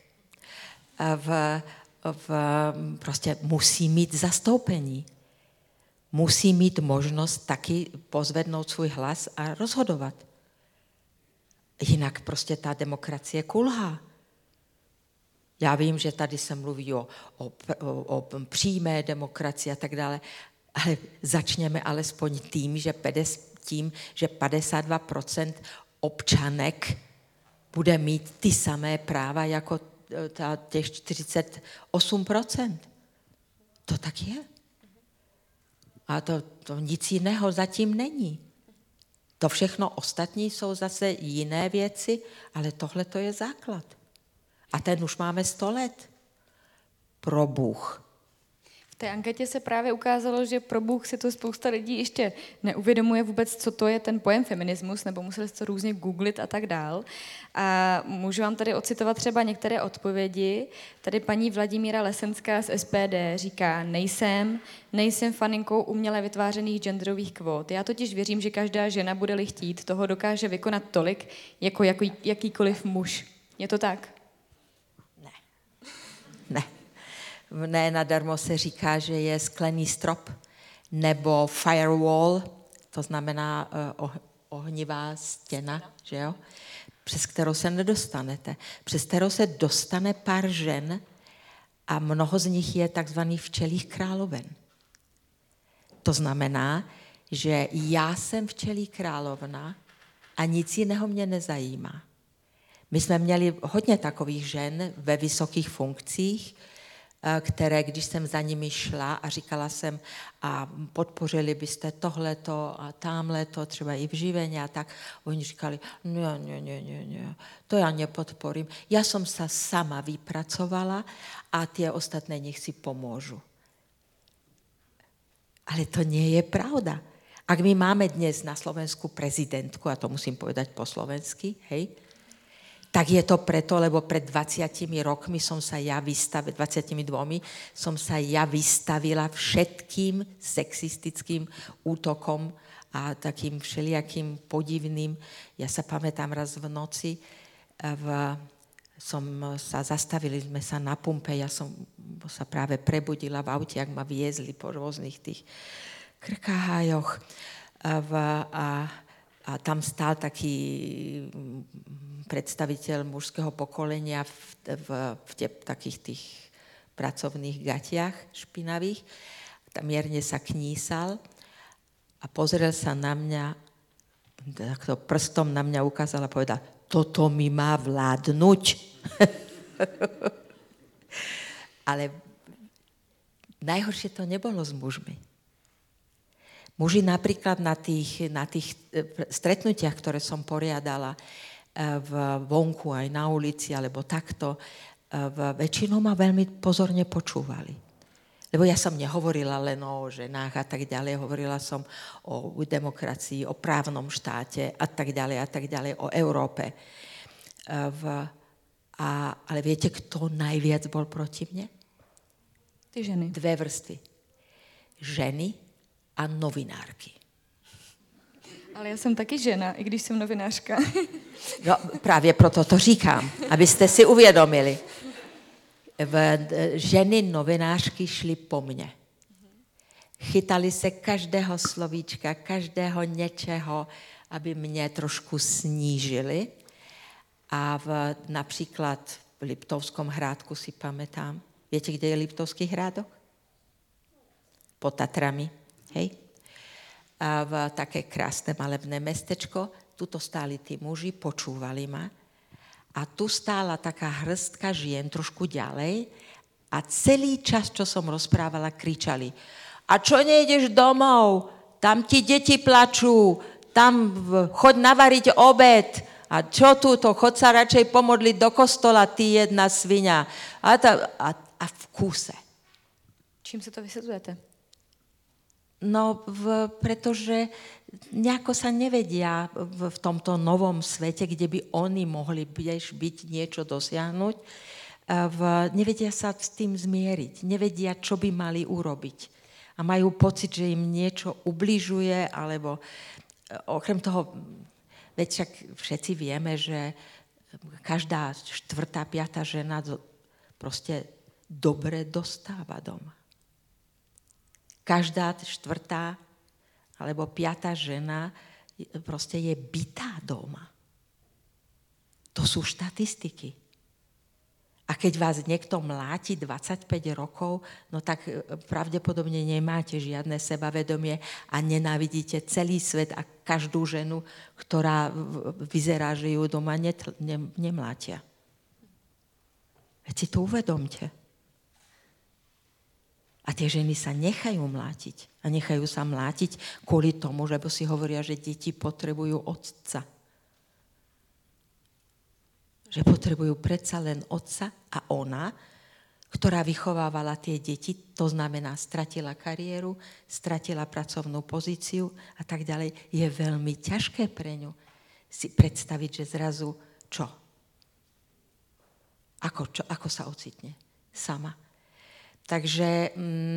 prostě musí mít zastoupení. Musí mít možnost taky pozvednout svůj hlas a rozhodovat. Jinak prostě ta demokracie kulhá. Já vím, že tady se mluví o přímé demokracii a tak dále, ale začněme alespoň tím, že 52% občanek bude mít ty samé práva jako těch 48%. To tak je. A to nic jiného zatím není. To všechno ostatní jsou zase jiné věci, ale tohle to je základ. A ten už máme 100 let. Pro Bůh. V té anketě se právě ukázalo, že pro Bůh si to spousta lidí ještě neuvědomuje vůbec, co to je ten pojem feminismus, nebo museli jste to různě googlit a tak dál. A můžu vám tady ocitovat třeba některé odpovědi. Tady paní Vladimíra Lesenská z SPD říká, nejsem faninkou uměle vytvářených genderových kvót. Já totiž věřím, že každá žena, bude-li chtít, toho dokáže vykonat tolik, jako jakýkoliv muž. Je to tak? Ne, nadarmo se říká, že je sklený strop nebo firewall, to znamená ohnivá stěna, že jo? Přes kterou se nedostanete. Přes kterou se dostane pár žen a mnoho z nich je takzvaných včelích královen. To znamená, že já jsem včelí královna a nic jiného mě nezajímá. My jsme měli hodně takových žen ve vysokých funkcích, které, když jsem za nimi šla a říkala jsem, a podpořili byste tohleto a tamhleto, třeba i v živení a tak, oni říkali, ne, to já nepodporím. Já jsem se sama vypracovala a tie ostatné nech si pomôžu. Ale to nie je pravda. Ak my máme dnes na Slovensku prezidentku, a to musím povedať po slovensky, hej, tak je to preto, lebo pred 20 rokmi 22 som sa ja vystavila všetkým sexistickým útokom a takým všelijakým podivným. Ja sa pamätám raz v noci, zastavili sme sa na pumpe, ja som sa práve prebudila v aute, ak ma viezli po rôznych tých krkáhájoch a tam stál taký predstaviteľ mužského pokolenia v takých tých pracovných gatiach špinavých. Tam mierne sa knísal a pozrel sa na mňa, takto prstom na mňa ukázal a povedal, toto mi má vládnuť. Ale najhoršie to nebolo s mužmi. Muži napríklad na tých stretnutiach, ktoré som poriadala vonku aj na ulici, alebo takto, väčšinou ma veľmi pozorne počúvali. Lebo ja som nehovorila len o ženách a tak ďalej, hovorila som o demokracii, o právnom štáte a tak ďalej, o Európe. Ale viete, kto najviac bol proti mne? Ty ženy. 2 vrstvy. Ženy a novinárky. Ale já jsem taky žena, i když jsem novinářka. No, právě proto to říkám, abyste si uvědomili. Ženy novinářky šly po mně. Chytali se každého slovíčka, každého něčeho, aby mě trošku snížili. A například v Liptovskom Hrádku si pamätám. Viete, kde je Liptovský Hrádok? Pod Tatrami, hej? A v také krásne malebné mestečko. Tuto stáli tí muži, počúvali ma. A tu stála taká hrstka žien trošku ďalej a celý čas, čo som rozprávala, kričali: a čo nejdeš domov? Tam ti deti plačú, tam choď navariť obed. A čo túto, choď sa radšej pomodliť do kostola, ty jedna sviňa. A v kúse. Čím si to vysvětlujete? No, pretože nejako sa nevedia v tomto novom svete, kde by oni mohli byť niečo dosiahnuť, nevedia sa s tým zmieriť, nevedia, čo by mali urobiť. A majú pocit, že im niečo ubližuje, alebo okrem toho, veď však všetci vieme, že každá 4., 5. žena proste dobre dostáva doma. Každá 4. alebo 5. žena proste je bitá doma. To sú štatistiky. A keď vás niekto mláti 25 rokov, no tak pravdepodobne nemáte žiadne sebavedomie a nenávidíte celý svet a každú ženu, ktorá vyzerá, že ju doma nemlátia. Veď si to uvedomte. A tie ženy sa nechajú mlátiť. A nechajú sa mlátiť kvôli tomu, lebo si hovoria, že deti potrebujú otca. Že potrebujú predsa len otca a ona, ktorá vychovávala tie deti, to znamená, stratila kariéru, stratila pracovnú pozíciu a tak ďalej, je veľmi ťažké pre ňu si predstaviť, že zrazu čo? Ako sa ocitne? Sama. Takže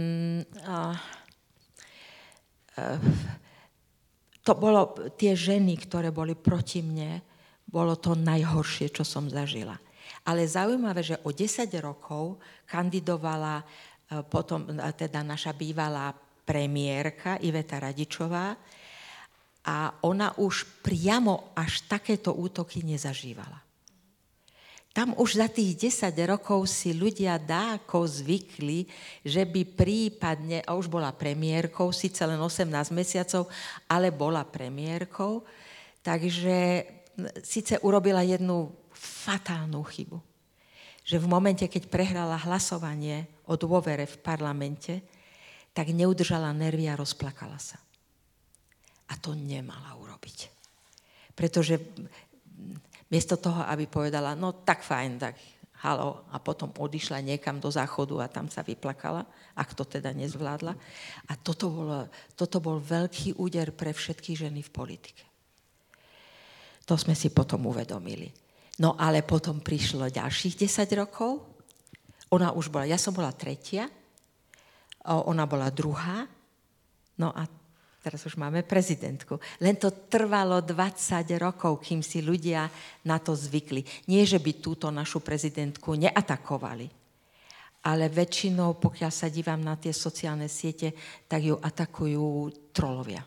to bolo tie ženy, ktoré boli proti mne, bolo to najhoršie, čo som zažila. Ale zaujímavé, že o 10 rokov kandidovala potom teda naša bývalá premiérka Iveta Radičová a ona už priamo až takéto útoky nezažívala. Tam už za tých 10 rokov si ľudia dáko zvykli, že by prípadne, a už bola premiérkou, síce len 18 mesiacov, ale bola premiérkou, takže síce urobila jednu fatálnu chybu, že v momente, keď prehrala hlasovanie o dôvere v parlamente, tak neudržala nervy a rozplakala sa. A to nemala urobiť. Pretože miesto toho, aby povedala, no tak fajn, tak halo, a potom odišla niekam do záchodu a tam sa vyplakala, ak to teda nezvládla. A toto bol veľký úder pre všetky ženy v politike. To sme si potom uvedomili. No ale potom prišlo ďalších 10 rokov. Ona už bola, ja som bola 3., ona bola 2., no a teraz už máme prezidentku. Len to trvalo 20 rokov, kým si ľudia na to zvykli. Nie, že by túto našu prezidentku neatakovali, ale väčšinou, pokiaľ sa dívam na tie sociálne siete, tak ju atakujú trolovia.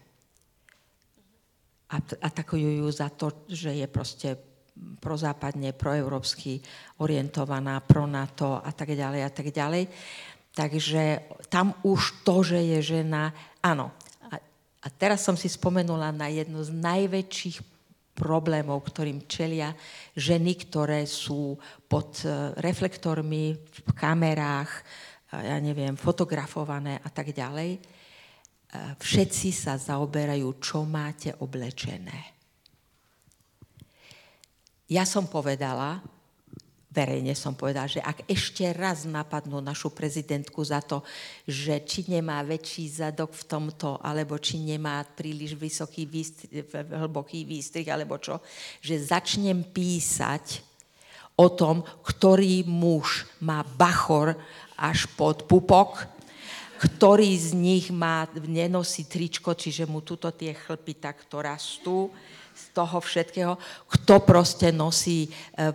Atakujú ju za to, že je proste prozápadne, proeurópsky orientovaná, pro NATO a tak ďalej a tak ďalej. Takže tam už to, že je žena, áno. A teraz som si spomenula na jednu z najväčších problémov, ktorým čelia ženy, ktoré sú pod reflektormi, v kamerách, ja neviem, fotografované a tak ďalej. Všetci sa zaoberajú, čo máte oblečené. Ja som povedala verejne som povedala, že ak ešte raz napadnú našu prezidentku za to, že či nemá väčší zadok v tomto, alebo či nemá príliš hlboký výstrih, alebo čo, že začnem písať o tom, ktorý muž má bachor až pod pupok, ktorý z nich nenosí tričko, čiže mu tuto tie chlpy takto rastú, z toho všetkého, kto proste nosí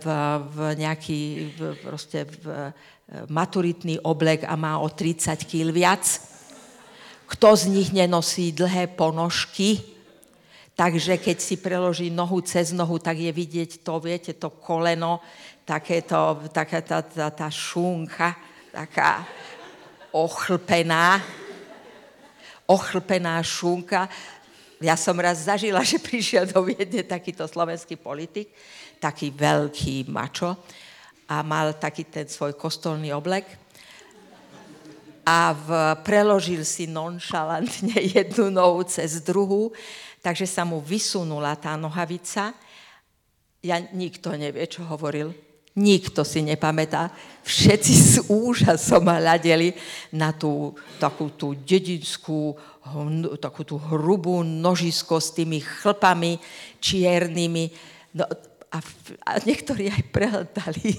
maturitný oblek a má o 30 kg viac, kto z nich nenosí dlhé ponožky, takže keď si preloží nohu cez nohu, tak je vidieť to, viete, to koleno, taká tá šunka, taká ochlpená šunka. Ja som raz zažila, že prišiel do Viedne takýto slovenský politik, taký veľký mačo a mal taký ten svoj kostolný oblek a preložil si nonšalantne jednu nohu cez druhú, takže sa mu vysunula tá nohavica. Nikto nevie, čo hovoril. Nikto si nepamätá. Všetci s úžasom hľadeli na takú tú dedinskú, takú tú hrubú nožisko s tými chlpami čiernými. No, a niektorí aj prehľadali.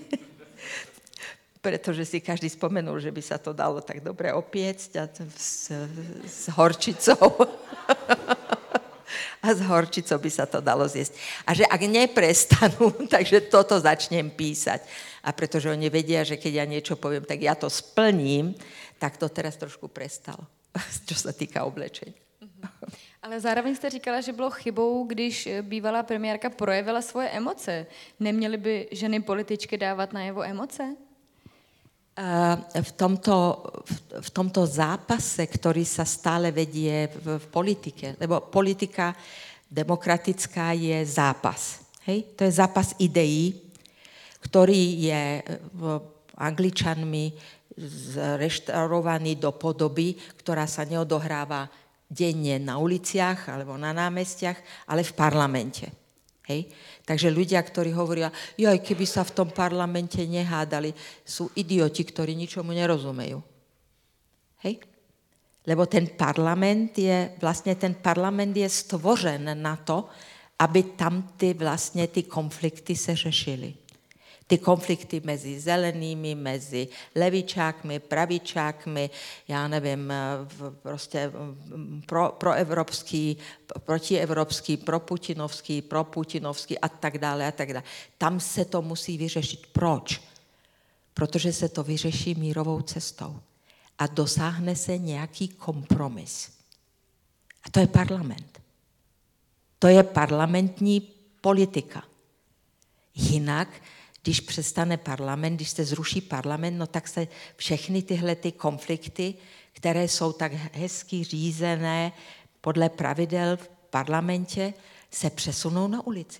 Pretože si každý spomenul, že by sa to dalo tak dobre opiecť a s horčicou. A s horčicou by sa to dalo zjesť. A že ak neprestanú, takže toto začnem písať. A pretože oni vedia, že keď ja niečo poviem, tak ja to splním, tak to teraz trošku prestalo, čo sa týka oblečení. Ale zároveň jste říkala, že bylo chybou, když bývalá premiérka projevila svoje emoce. Neměly by ženy političky dávat najevo emoce? V tomto zápase, ktorý sa stále vedie v politike, lebo politika demokratická je zápas. Hej? To je zápas ideí, ktorý je Angličanmi zreštaurovaný do podoby, ktorá sa neodohráva denne na uliciach alebo na námestiach, ale v parlamente. Hej? Takže ľudia, ktorí hovoria, keby sa v tom parlamente nehádali, sú idioti, ktorí ničomu nerozumejú. Hej? Lebo ten parlament je stvořen na to, aby tam ty konflikty se řešily. Ty konflikty mezi zelenými, mezi levičákmi, pravičákmi, já nevím, prostě proevropský, protievropský, proputinovský a tak dále a tak dále. Tam se to musí vyřešit. Proč? Protože se to vyřeší mírovou cestou a dosáhne se nějaký kompromis. A to je parlament. To je parlamentní politika. Jinak když přestane parlament, když se zruší parlament, no tak se všechny tyhle ty konflikty, které jsou tak hezky řízené podle pravidel v parlamentě, se přesunou na ulici.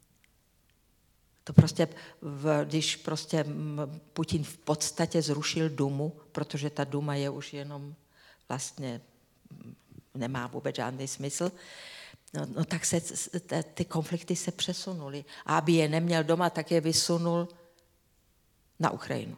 To prostě, když prostě Putin v podstatě zrušil Dumu, protože ta Duma je už jenom vlastně, nemá vůbec žádný smysl, no tak se ty konflikty se přesunuly. A aby je neměl doma, tak je vysunul na Ukrajinu.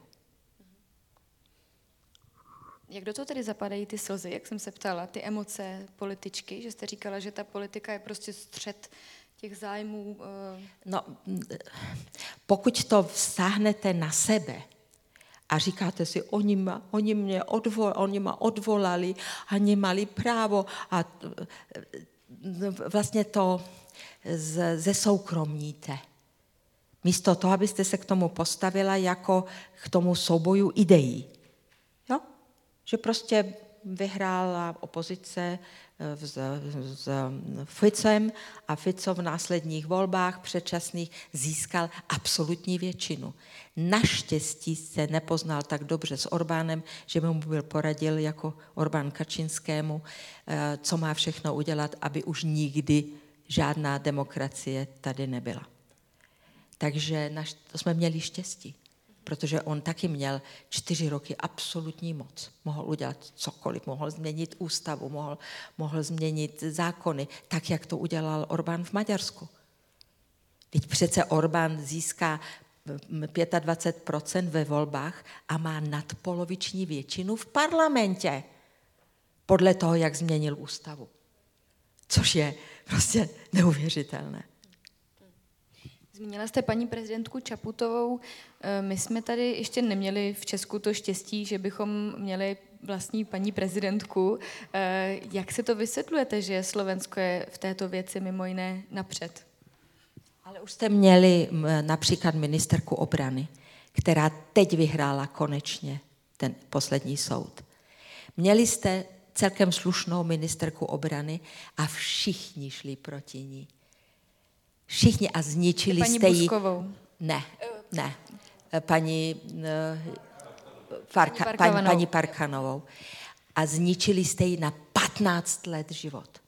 Jak do toho tedy zapadají ty slzy, jak jsem se ptala, ty emoce političky, že jste říkala, že ta politika je prostě střet těch zájmů? No, pokud to vztáhnete na sebe a říkáte si, oni mě odvolali a nemali právo a vlastně to zesoukromníte. Místo toho, abyste se k tomu postavila jako k tomu souboju ideí. Jo? Že prostě vyhrála opozice s Ficem a Fico v následních volbách předčasných získal absolutní většinu. Naštěstí se nepoznal tak dobře s Orbánem, že mu byl poradil jako Orbán Kačinskému, co má všechno udělat, aby už nikdy žádná demokracie tady nebyla. Takže to jsme měli štěstí, protože on taky měl 4 roky absolutní moc. Mohl udělat cokoliv, mohl změnit ústavu, mohl změnit zákony, tak, jak to udělal Orbán v Maďarsku. Teď přece Orbán získá 25% ve volbách a má nadpoloviční většinu v parlamentě. Podle toho, jak změnil ústavu. Což je prostě neuvěřitelné. Zmínila jste paní prezidentku Čaputovou. My jsme tady ještě neměli v Česku to štěstí, že bychom měli vlastní paní prezidentku. Jak si to vysvětlujete, že Slovensko je v této věci mimo jiné napřed? Ale už jste měli například ministerku obrany, která teď vyhrála konečně ten poslední soud. Měli jste celkem slušnou ministerku obrany a všichni šli proti ní. Všichni a zničili jste ji. Paní Buskovou. Ne. Paní Parkanovou. A zničili jste ji na 15 let život.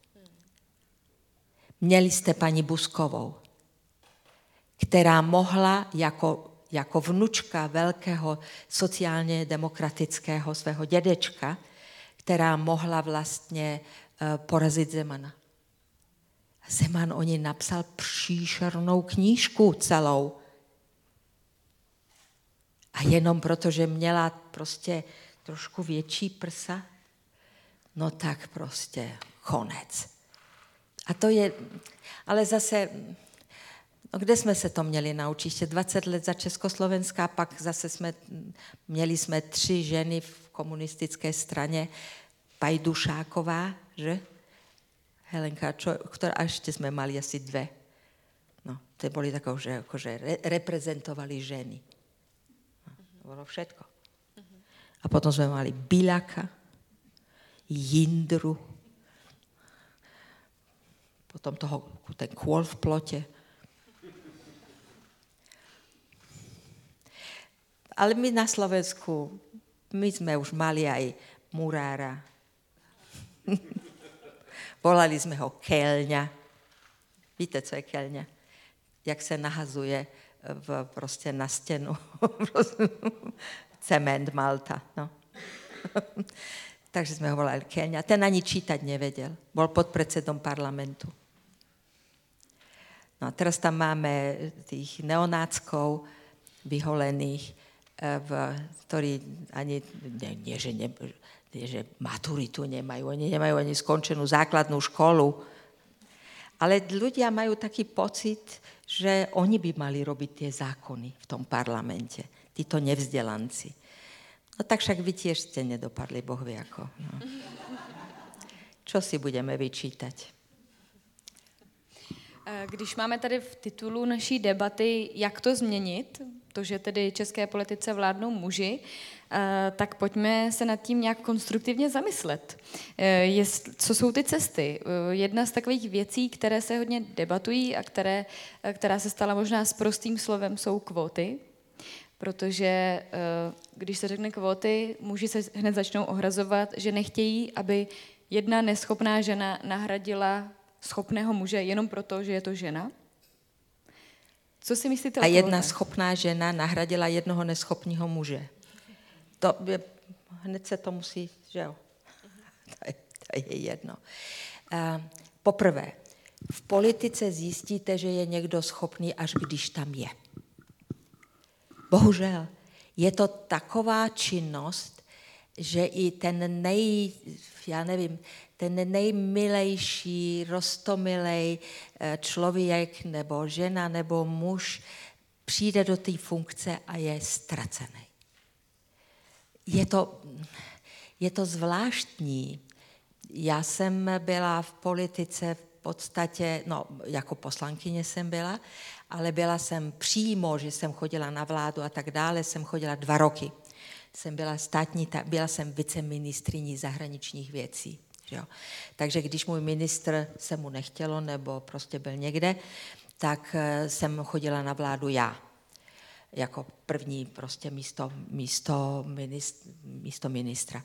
Měli jste paní Buskovou, která mohla jako vnučka velkého sociálně demokratického svého dědečka, která mohla vlastně porazit Zemana. Zeman o ní napsal příšernou knížku celou. A jenom proto, že měla prostě trošku větší prsa, no tak prostě konec. A to je, ale zase, no kde jsme se to měli naučit? Ještě 20 let za Československá, pak zase měli jsme 3 ženy v komunistické straně, Pajdušáková, že? Helenka, ktorá ešte sme mali asi 2. No, to boli takové, že akože reprezentovali ženy. No, to bolo všetko. A potom sme mali Biľaka, Jindru, potom ten kôl v plote. Ale my na Slovensku, my sme už mali aj murára. Volali sme ho keľňa. Víte, co je keľňa? Jak se nahazuje prostě na stěnu. Cement Malta. No. Takže jsme ho volali keľňa. Ten ani čítať nevedel. Bol podpredsedom parlamentu. No a teraz tam máme tých neonáckov vyholených, ktorí ani, že maturitu nemajú, oni nemajú ani skončenú základnú školu. Ale ľudia majú taký pocit, že oni by mali robiť tie zákony v tom parlamente, títo nevzdelanci. No tak však vy tiež ste nedopadli, Boh vie ako. No. Čo si budeme vyčítať? Když máme tady v titulu naší debaty, jak to změnit, to, že tedy české politice vládnou muži, tak pojďme se nad tím nějak konstruktivně zamyslet. Co jsou ty cesty? Jedna z takových věcí, které se hodně debatují a která se stala možná s prostým slovem, jsou kvóty, protože když se řekne kvóty, muži se hned začnou ohrazovat, že nechtějí, aby jedna neschopná žena nahradila schopného muže jenom proto, že je to žena. Co si myslíte o a jedna schopná žena nahradila jednoho neschopného muže. To je, hned se to musí, že jo? To je jedno. Poprvé, v politice zjistíte, že je někdo schopný, až když tam je. Bohužel, je to taková činnost, že i ten ten nejmilejší, roztomilej člověk nebo žena nebo muž přijde do té funkce a je ztracený. Je to zvláštní. Já jsem byla v politice v podstatě, no jako poslankyně jsem byla, ale byla jsem přímo, že jsem chodila na vládu a tak dále, jsem chodila 2 roky. Byla jsem viceministryní zahraničních věcí. Jo. Takže když můj ministr se mu nechtělo nebo prostě byl někde, tak jsem chodila na vládu já. Jako první prostě místo ministra.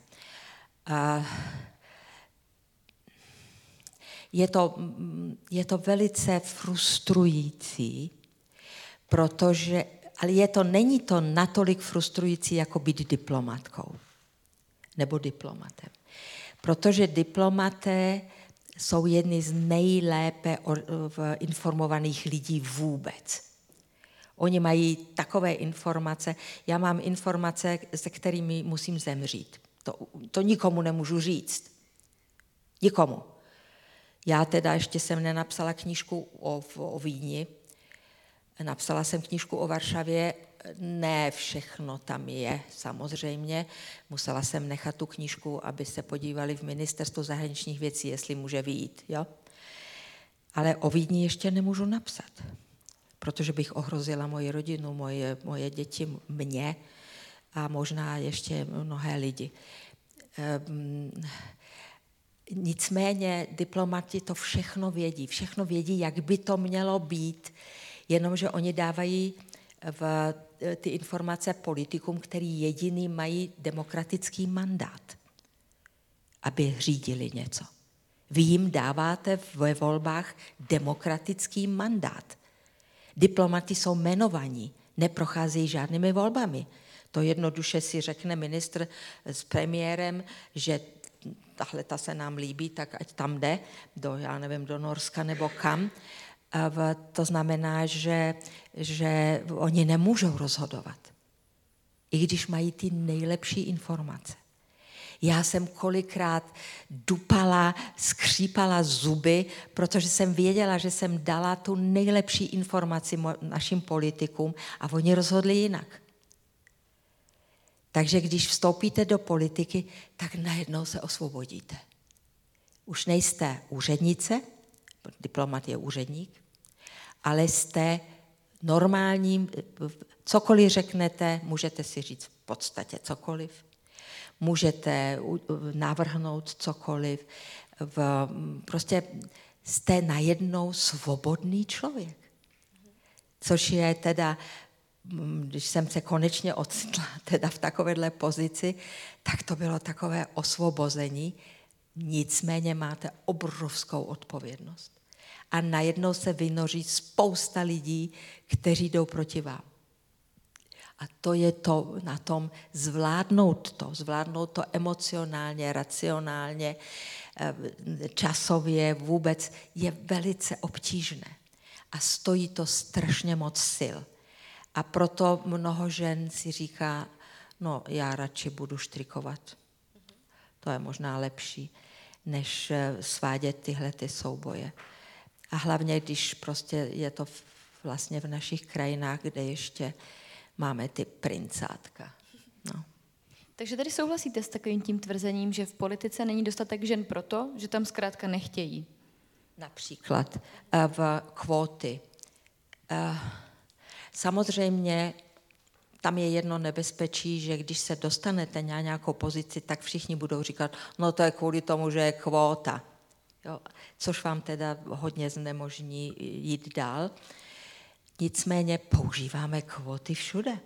Je to velice frustrující, protože, ale není to natolik frustrující, jako být diplomatkou nebo diplomatem. Protože diplomaté jsou jedni z nejlépe informovaných lidí vůbec. Oni mají takové informace. Já mám informace, se kterými musím zemřít. To nikomu nemůžu říct. Nikomu. Já teda ještě jsem nenapsala knížku o Vídni. Napsala jsem knížku o Varšavě. Ne všechno tam je, samozřejmě. Musela jsem nechat tu knížku, aby se podívali v ministerstvu zahraničních věcí, jestli může vyjít. Jo? Ale o Vídni ještě nemůžu napsat, protože bych ohrozila moji rodinu, moje děti, mě a možná ještě mnohé lidi. Nicméně diplomati to všechno vědí, jak by to mělo být, jenomže oni dávají ty informace politikům, který jediný mají demokratický mandát, aby řídili něco. Vy jim dáváte ve volbách demokratický mandát. Diplomati jsou jmenovaní, neprocházejí žádnými volbami. To jednoduše si řekne ministr s premiérem, že tahle ta se nám líbí, tak ať tam jde, do Norska nebo kam. To znamená, že oni nemůžou rozhodovat, i když mají ty nejlepší informace. Já jsem kolikrát dupala, skřípala zuby, protože jsem věděla, že jsem dala tu nejlepší informaci našim politikům a oni rozhodli jinak. Takže když vstoupíte do politiky, tak najednou se osvobodíte. Už nejste úřednice, diplomat je úředník, ale jste normálním, cokoliv řeknete, můžete si říct v podstatě cokoliv, můžete navrhnout cokoliv, prostě jste najednou svobodný člověk. Což je teda, když jsem se konečně ocitla teda v takovéhle pozici, tak to bylo takové osvobození, nicméně máte obrovskou odpovědnost. A najednou se vynoří spousta lidí, kteří jdou proti vám. A to je to na tom zvládnout to emocionálně, racionálně, časově vůbec je velice obtížné. A stojí to strašně moc sil. A proto mnoho žen si říká, no já radši budu štrikovat. To je možná lepší, než svádět tyhle ty souboje. A hlavně, když prostě je to vlastně v našich krajinách, kde ještě máme ty princátka. No. Takže tady souhlasíte s takovým tím tvrzením, že v politice není dostatek žen proto, že tam zkrátka nechtějí? Například v kvóty. Samozřejmě tam je jedno nebezpečí, že když se dostanete na nějakou pozici, tak všichni budou říkat, no to je kvůli tomu, že je kvóta. Jo, což vám teda hodně znemožní jít dál. Nicméně používáme kvóty všude.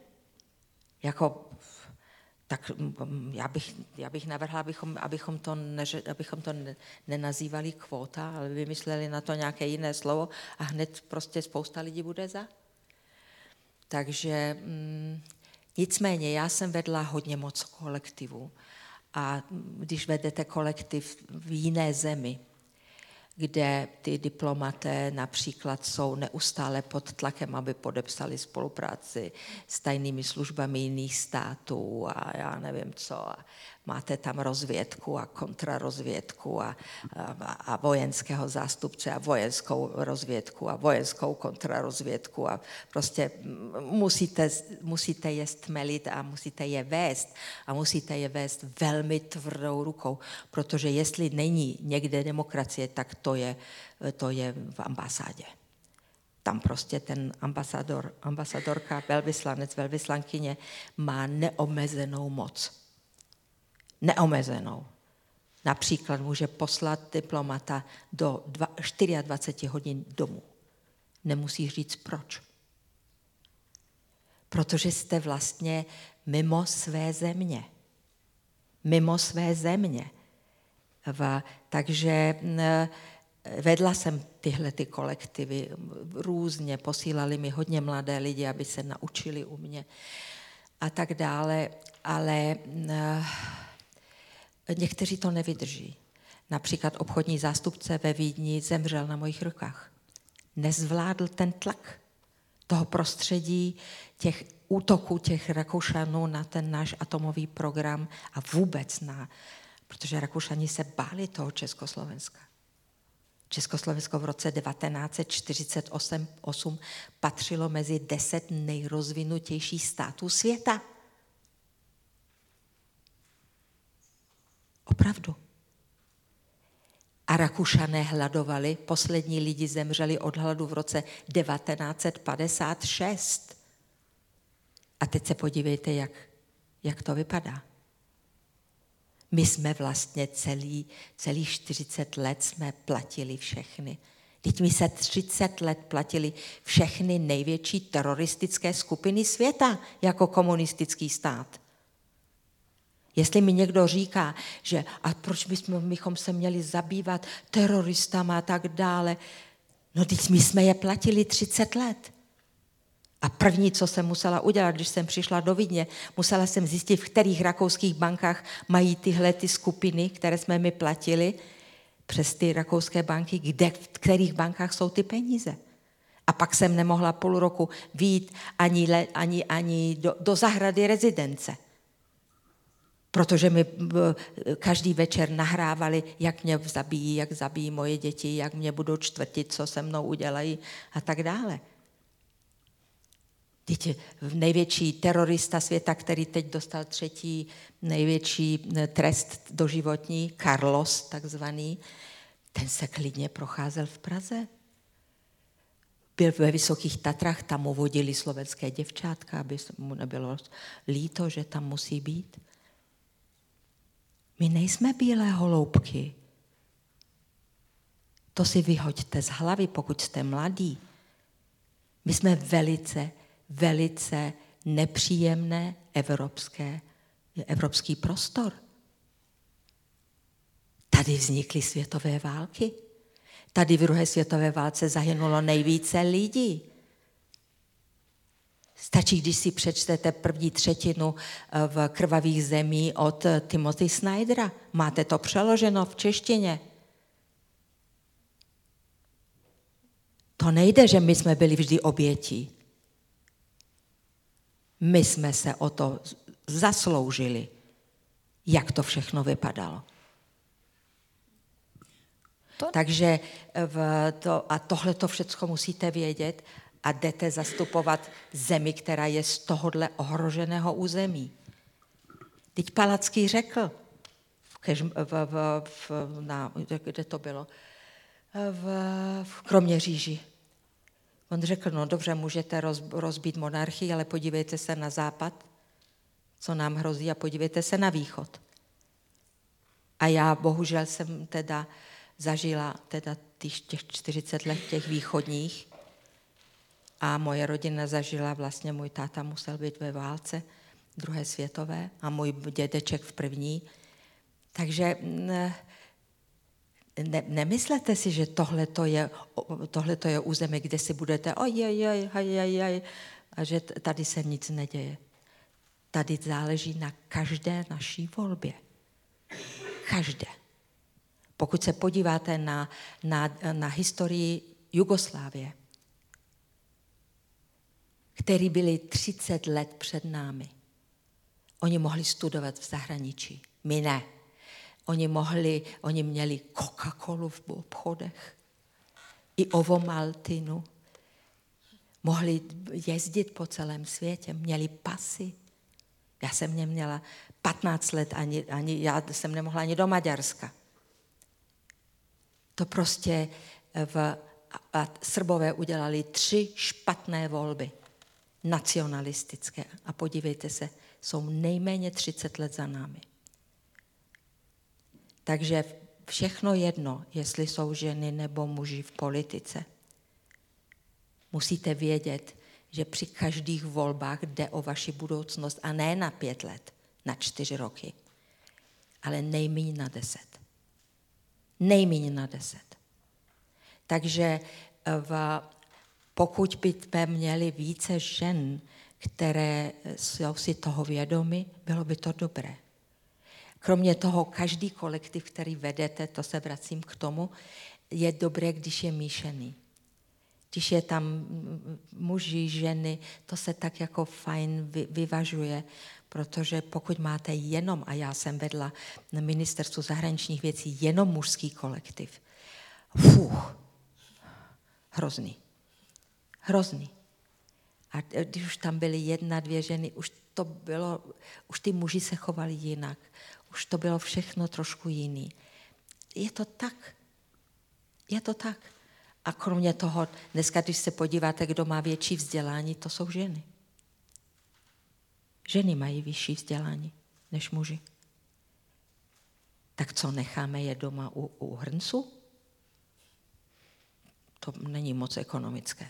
Tak já bych navrhla, abychom to nenazývali kvóta, ale vymysleli na to nějaké jiné slovo a hned prostě spousta lidí bude za. Takže nicméně já jsem vedla hodně moc kolektivů a když vedete kolektiv v jiné zemi, kde ty diplomaté například jsou neustále pod tlakem, aby podepsali spolupráci s tajnými službami jiných států a já nevím co. A máte tam rozvědku a kontrarozvědku a vojenského zástupce a vojenskou rozvědku a vojenskou kontrarozvědku a prostě musíte je stmelit a musíte je vést a musíte je vést velmi tvrdou rukou, protože jestli není někde demokracie, tak to je v ambasádě. Tam prostě ten ambasadorka, velvyslanec, velvyslankyně má neomezenou moc. Neomezenou. Například může poslat diplomata do 24 hodin domů. Nemusí říct proč. Protože jste vlastně mimo své země. Mimo své země. Takže vedla jsem tyhle ty kolektivy různě, posílali mi hodně mladé lidi, aby se naučili u mě a tak dále, ale někteří to nevydrží. Například obchodní zástupce ve Vídni zemřel na mojich rukách. Nezvládl ten tlak. toho prostředí, těch útoků těch Rakušanů na ten náš atomový program a vůbec protože Rakušani se báli toho Československa. Československo v roce 1948 patřilo mezi 10 nejrozvinutějších států světa. Opravdu. A Rakušané hladovali, poslední lidi zemřeli od hladu v roce 1956. A teď se podívejte, jak to vypadá. My jsme vlastně celých 40 let jsme platili všechny. Teď my se 30 let platili všechny největší teroristické skupiny světa jako komunistický stát. Jestli mi někdo říká, že a proč bychom se měli zabývat teroristama a tak dále, no teď my jsme je platili 30 let. A první, co jsem musela udělat, když jsem přišla do Vídně, musela jsem zjistit, v kterých rakouských bankách mají tyhle ty skupiny, které jsme mi platili přes ty rakouské banky, v kterých bankách jsou ty peníze. A pak jsem nemohla půl roku vyjít ani do zahrady rezidence. Protože mi každý večer nahrávali, jak mě zabijí, jak zabijí moje děti, jak mě budou čtvrtit, co se mnou udělají a tak dále. Největší terorista světa, který teď dostal 3. největší trest doživotní, Carlos takzvaný, ten se klidně procházel v Praze. Byl ve Vysokých Tatrách, tam mu vodili slovenské děvčátka, aby mu nebylo líto, že tam musí být. My nejsme bílé holoubky. To si vyhoďte z hlavy, pokud jste mladí. My jsme velice nepříjemné evropský prostor. Tady vznikly světové války. Tady v druhé světové válce zahynulo nejvíce lidí. Stačí, když si přečtete první třetinu v Krvavých zemí od Timothy Snydera. Máte to přeloženo v češtině. To nejde, že my jsme byli vždy obětí. My jsme se o to zasloužili, jak to všechno vypadalo. Takže tohle to všechno musíte vědět a jdete zastupovat zemi, která je z tohohle ohroženého území. Teď Palacký řekl, kde to bylo? V Kroměříži. On řekl, no dobře, můžete rozbít monarchii, ale podívejte se na západ, co nám hrozí, a podívejte se na východ. A já bohužel jsem zažila těch 40 let těch východních a moje rodina zažila, vlastně můj táta musel být ve válce druhé světové a můj dědeček v první. Takže nemyslete si, že tohleto je území, kde si budete a že tady se nic neděje. Tady záleží na každé naší volbě. Každé. Pokud se podíváte na historii Jugoslávie, který byli 30 let před námi, oni mohli studovat v zahraničí. My ne. Oni měli Coca-Colu v obchodech, i Ovomaltinu. Mohli jezdit po celém světě, měli pasy. Já jsem měla 15 let, já jsem nemohla ani do Maďarska. To prostě a Srbové udělali 3 špatné volby, nacionalistické. A podívejte se, jsou nejméně 30 let za námi. Takže všechno jedno, jestli jsou ženy nebo muži v politice. Musíte vědět, že při každých volbách jde o vaši budoucnost a ne na 5 let, na 4 roky, ale nejméně na 10. Nejméně na 10. Takže pokud bychom měli více žen, které jsou si toho vědomi, bylo by to dobré. Kromě toho, každý kolektiv, který vedete, to se vracím k tomu, je dobré, když je míšený. Když je tam muži, ženy, to se tak jako fajn vyvažuje, protože pokud máte jenom, a já jsem vedla na ministerstvu zahraničních věcí jenom mužský kolektiv, hrozný. A když už tam byly 1, 2 ženy, už ty muži se chovali jinak, už to bylo všechno trošku jiný. Je to tak. A kromě toho, dneska, když se podíváte, kdo má větší vzdělání, to jsou ženy. Ženy mají vyšší vzdělání než muži. Tak co, necháme je doma u hrnců? To není moc ekonomické.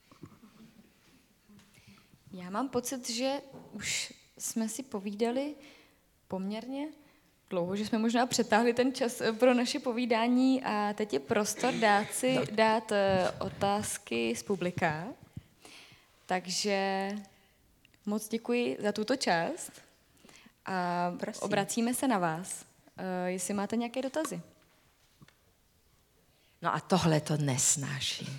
Já mám pocit, že už jsme si povídali poměrně dlouho, že jsme možná přetáhli ten čas pro naše povídání a teď je prostor dát otázky z publika. Takže moc děkuji za tuto část a obracíme se na vás, jestli máte nějaké dotazy. No a tohle to nesnáším.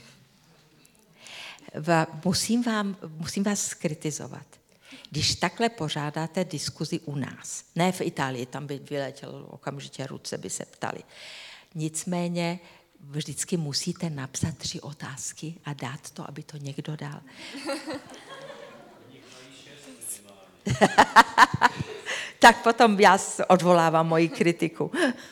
Musím vás skritizovat. Když takhle pořádáte diskuzi u nás, ne v Itálii, tam by vyletěl okamžitě ruce, by se ptali. Nicméně vždycky musíte napsat 3 otázky a dát to, aby to někdo dal. Tak potom já odvolávám moji kritiku.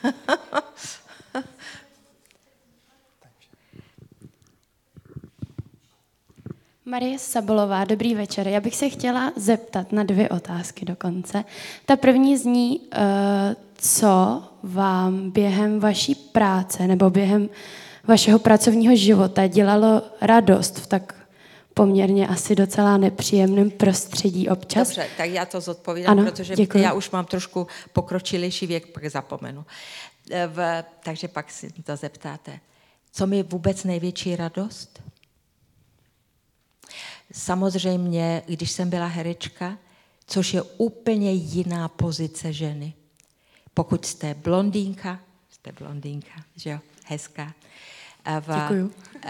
Marie Sabolová, dobrý večer. Já bych se chtěla zeptat na 2 otázky dokonce. Ta první zní, co vám během vaší práce nebo během vašeho pracovního života dělalo radost v tak poměrně asi docela nepříjemném prostředí občas? Dobře, tak já to zodpovídám, ano, protože děkuji. Já už mám trošku pokročilejší věk, pak zapomenu. Takže pak si to zeptáte. Co mi vůbec největší radost? Samozřejmě, když jsem byla herečka, což je úplně jiná pozice ženy. Pokud jste blondýnka, že jo, hezká. Děkuju.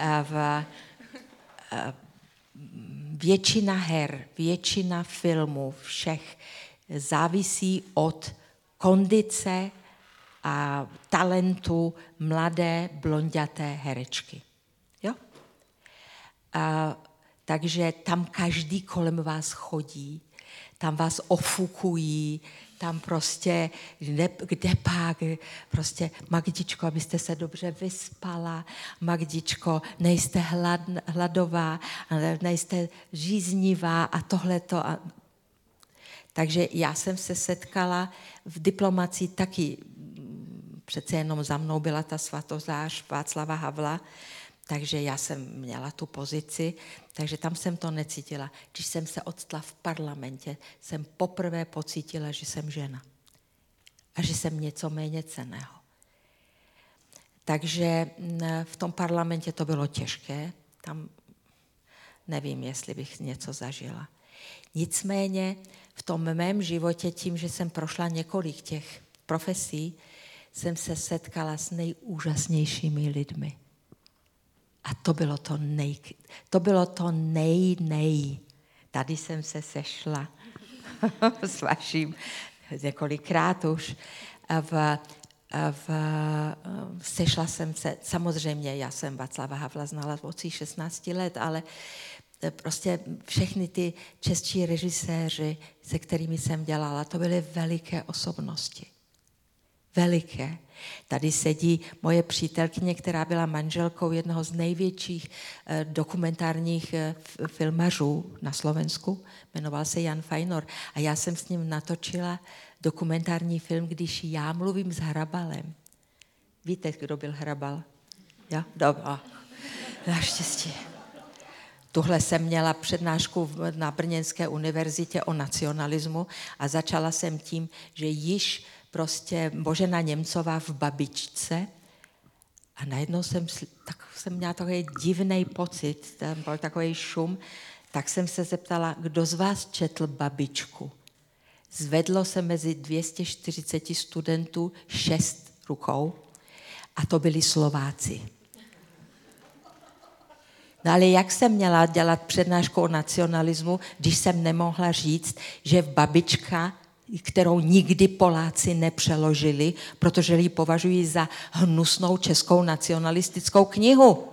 Většina her, většina filmů, všech závisí od kondice a talentu mladé blonďaté herečky. Jo? Takže tam každý kolem vás chodí, tam vás ofukují, tam prostě, kde pak, prostě Magdičko, abyste se dobře vyspala, Magdičko, nejste hladová, nejste žíznivá a tohleto. Takže já jsem se setkala v diplomacii taky, přece jenom za mnou byla ta svatozář Václava Havla, takže já jsem měla tu pozici, takže tam jsem to necítila. Když jsem se odstala v parlamentě, jsem poprvé pocítila, že jsem žena. A že jsem něco méně cenného. Takže v tom parlamentě to bylo těžké. Tam nevím, jestli bych něco zažila. Nicméně v tom mém životě, tím, že jsem prošla několik těch profesí, jsem se setkala s nejúžasnějšími lidmi. A to bylo to nej. Tady jsem se sešla s vaším několikrát už. Sešla jsem se, samozřejmě já jsem Václava Havla znala od 16 let, ale prostě všechny ty čeští režiséři, se kterými jsem dělala, to byly veliké osobnosti. Veliké. Tady sedí moje přítelkyně, která byla manželkou jednoho z největších dokumentárních filmařů na Slovensku. Jmenoval se Jan Fajnor. A já jsem s ním natočila dokumentární film, když já mluvím s Hrabalem. Víte, kdo byl Hrabal? Jo? Dobrá. Naštěstí. Tuhle jsem měla přednášku na Brněnské univerzitě o nacionalismu a začala jsem tím, že již prostě Božena Němcová v Babičce a najednou jsem měla takový divný pocit, tam byl takový šum, tak jsem se zeptala, kdo z vás četl Babičku. Zvedlo se mezi 240 studentů 6 rukou a to byli Slováci. No ale jak jsem měla dělat přednášku o nacionalismu, když jsem nemohla říct, že babička, kterou nikdy Poláci nepřeložili, protože ji považují za hnusnou českou nacionalistickou knihu.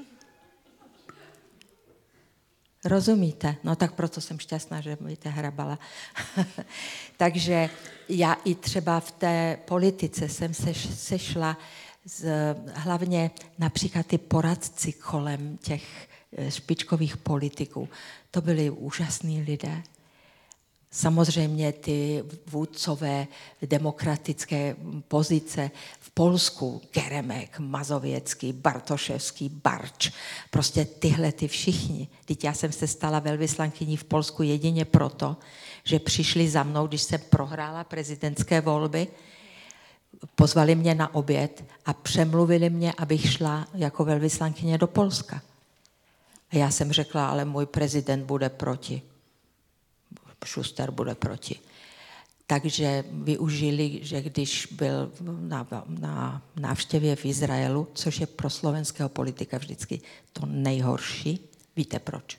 Rozumíte? No tak proto jsem šťastná, že budete hrabala. Takže já i třeba v té politice jsem sešla hlavně například ty poradci kolem těch špičkových politiků. To byli úžasní lidé. Samozřejmě ty vůdcové demokratické pozice v Polsku, Geremek, Mazověcký, Bartoševský, Barč, prostě tyhle ty všichni. Teď já jsem se stala velvyslankyní v Polsku jedině proto, že přišli za mnou, když jsem prohrála prezidentské volby, pozvali mě na oběd a přemluvili mě, abych šla jako velvyslankyně do Polska. A já jsem řekla, ale můj prezident bude proti. Schuster bude proti. Takže využili, že když byl na návštěvě v Izraelu, což je pro slovenského politika vždycky to nejhorší, víte proč?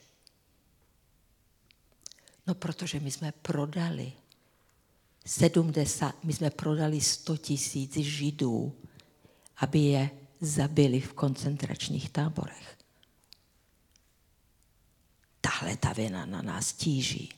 No protože my jsme prodali 100 000 Židů, aby je zabili v koncentračních táborech. Tahle ta vina na nás tíží.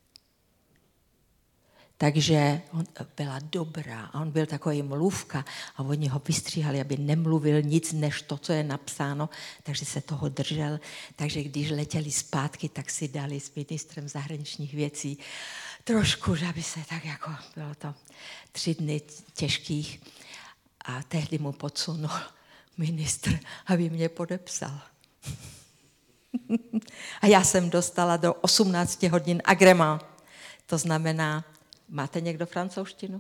Takže on byla dobrá a on byl takový mluvka a oni ho vystříhali, aby nemluvil nic než to, co je napsáno, takže se toho držel. Takže když letěli zpátky, tak si dali s ministrem zahraničních věcí trošku, že aby se tak jako, bylo to 3 dny těžkých a tehdy mu podsunul ministr, aby mě podepsal. A já jsem dostala do 18 hodin agrément. To znamená, máte někdo francouzštinu?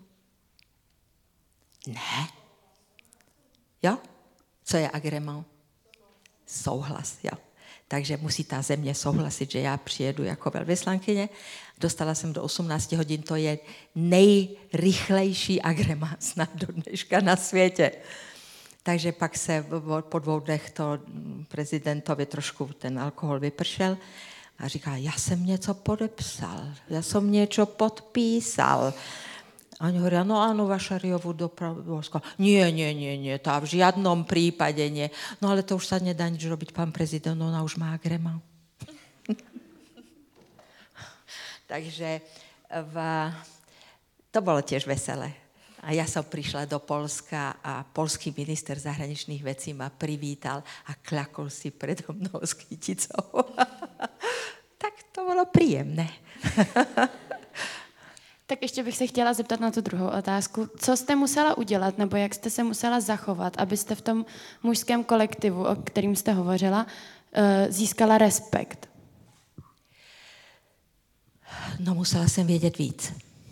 Ne. Jo? Co je agrément? Souhlas, jo. Takže musí ta země souhlasit, že já přijedu jako velvyslankyně. Dostala jsem do 18 hodin, to je nejrychlejší agrément snad do dneška na světě. Takže pak se po 2 dnech to prezidentovi trošku ten alkohol vypršel a říká, já jsem něco podepsal, já jsem něco podpísal. A oni hovoria, no áno, Vašariovu do Polska. Nie, tá v žiadnom prípade nie. No ale to už sa nedá nič robiť, pán prezident, ona už má agrément. Takže to bolo tiež veselé. A ja som prišla do Polska a polský minister zahraničných vecí ma privítal a klakol si predo mnou s kyticou. Tak to bylo príjemné. Tak ještě bych se chtěla zeptat na tu druhou otázku. Co jste musela udělat, nebo jak jste se musela zachovat, abyste v tom mužském kolektivu, o kterým jste hovořila, získala respekt? No, musela jsem vědět víc.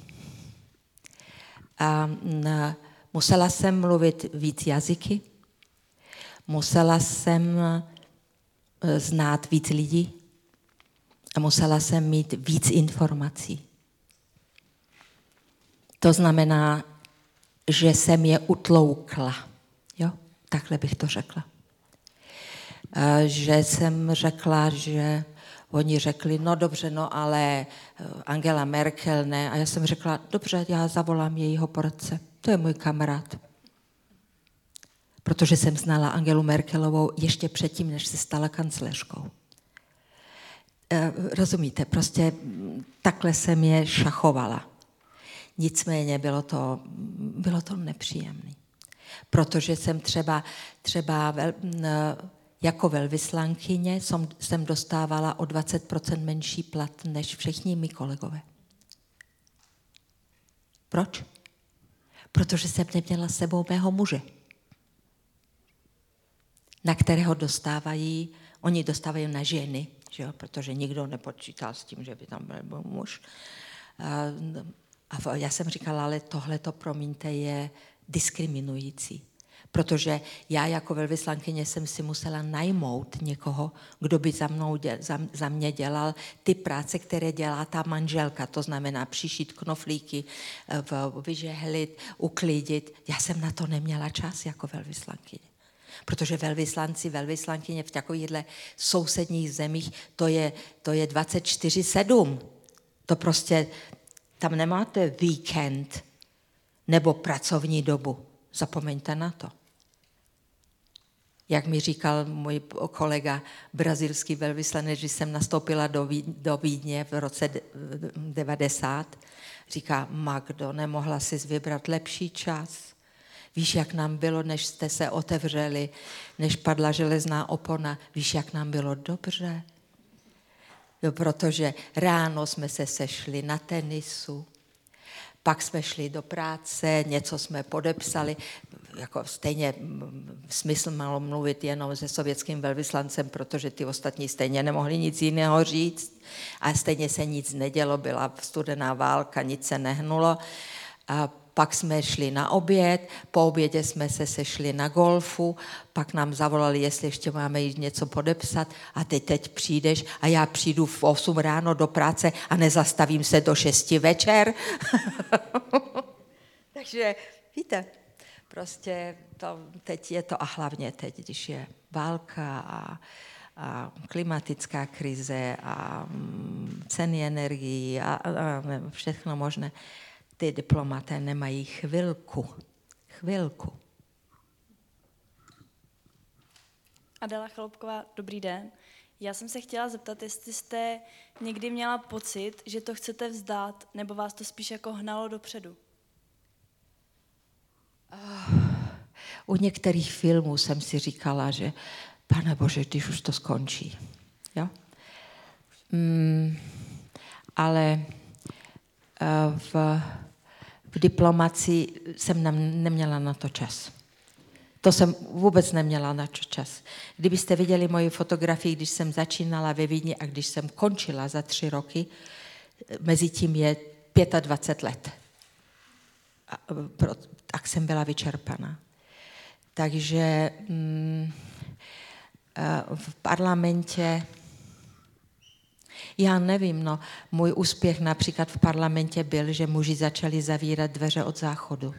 A musela jsem mluvit víc jazyky, musela jsem znát víc lidí a musela jsem mít víc informací. To znamená, že jsem je utloukla. Jo? Takhle bych to řekla. Že jsem řekla, že oni řekli, no dobře, no ale Angela Merkel ne. A já jsem řekla, dobře, já zavolám jejího poradce. To je můj kamarád. Protože jsem znala Angelu Merkelovou ještě předtím, než se stala kancléřkou. Rozumíte, prostě takhle jsem je šachovala. Nicméně bylo to nepříjemné. Protože jsem třeba jako velvyslankyně jsem dostávala o 20% menší plat než všichni mý kolegové. Proč? Protože jsem neměla s sebou mého muže, na kterého oni dostávají na ženy, že jo? Protože nikdo nepočítal s tím, že by tam byl muž. A já jsem říkala, ale tohleto, promiňte, je diskriminující. Protože já jako velvyslankyně jsem si musela najmout někoho, kdo by za mě dělal ty práce, které dělá ta manželka. To znamená přišít knoflíky, vyžehlit, uklidit. Já jsem na to neměla čas jako velvyslankyně. protože velvyslankyně v takovýchhle sousedních zemích, to je 24/7. To prostě, tam nemáte víkend nebo pracovní dobu. Zapomeňte na to. Jak mi říkal můj kolega, brazilský velvyslanec, že jsem nastoupila do Vídně v roce 90, říká, Magdo, nemohla jsi vybrat lepší čas. Víš, jak nám bylo, než jste se otevřeli, než padla železná opona, víš, jak nám bylo dobře. Jo, protože ráno jsme se sešli na tenisu, pak jsme šli do práce, něco jsme podepsali, jako stejně smysl malo mluvit jenom se sovětským velvyslancem, protože ty ostatní stejně nemohli nic jiného říct a stejně se nic nedělo, byla studená válka, nic se nehnulo. A pak jsme šli na oběd, po obědě jsme se sešli na golfu, pak nám zavolali, jestli ještě máme jít něco podepsat a teď přijdeš a já přijdu v 8 ráno do práce a nezastavím se do 6 večer. Takže víte, prostě teď je to a hlavně teď, když je válka a klimatická krize a ceny energií a všechno možné, ty diplomaté nemají chvilku. Adela Chaloupková, dobrý den. Já jsem se chtěla zeptat, jestli jste někdy měla pocit, že to chcete vzdát, nebo vás to spíš jako hnalo dopředu? U některých filmů jsem si říkala, že Pane Bože, když už to skončí. Jo? Ale v diplomacii jsem neměla na to čas. To jsem vůbec neměla na to čas. Kdybyste viděli moji fotografii, když jsem začínala ve Vídni a když jsem končila za 3 roky, mezi tím je 25 let. Tak jsem byla vyčerpaná. Takže v parlamentě, já nevím, no, můj úspěch například v parlamentě byl, že muži začali zavírat dveře od záchodu.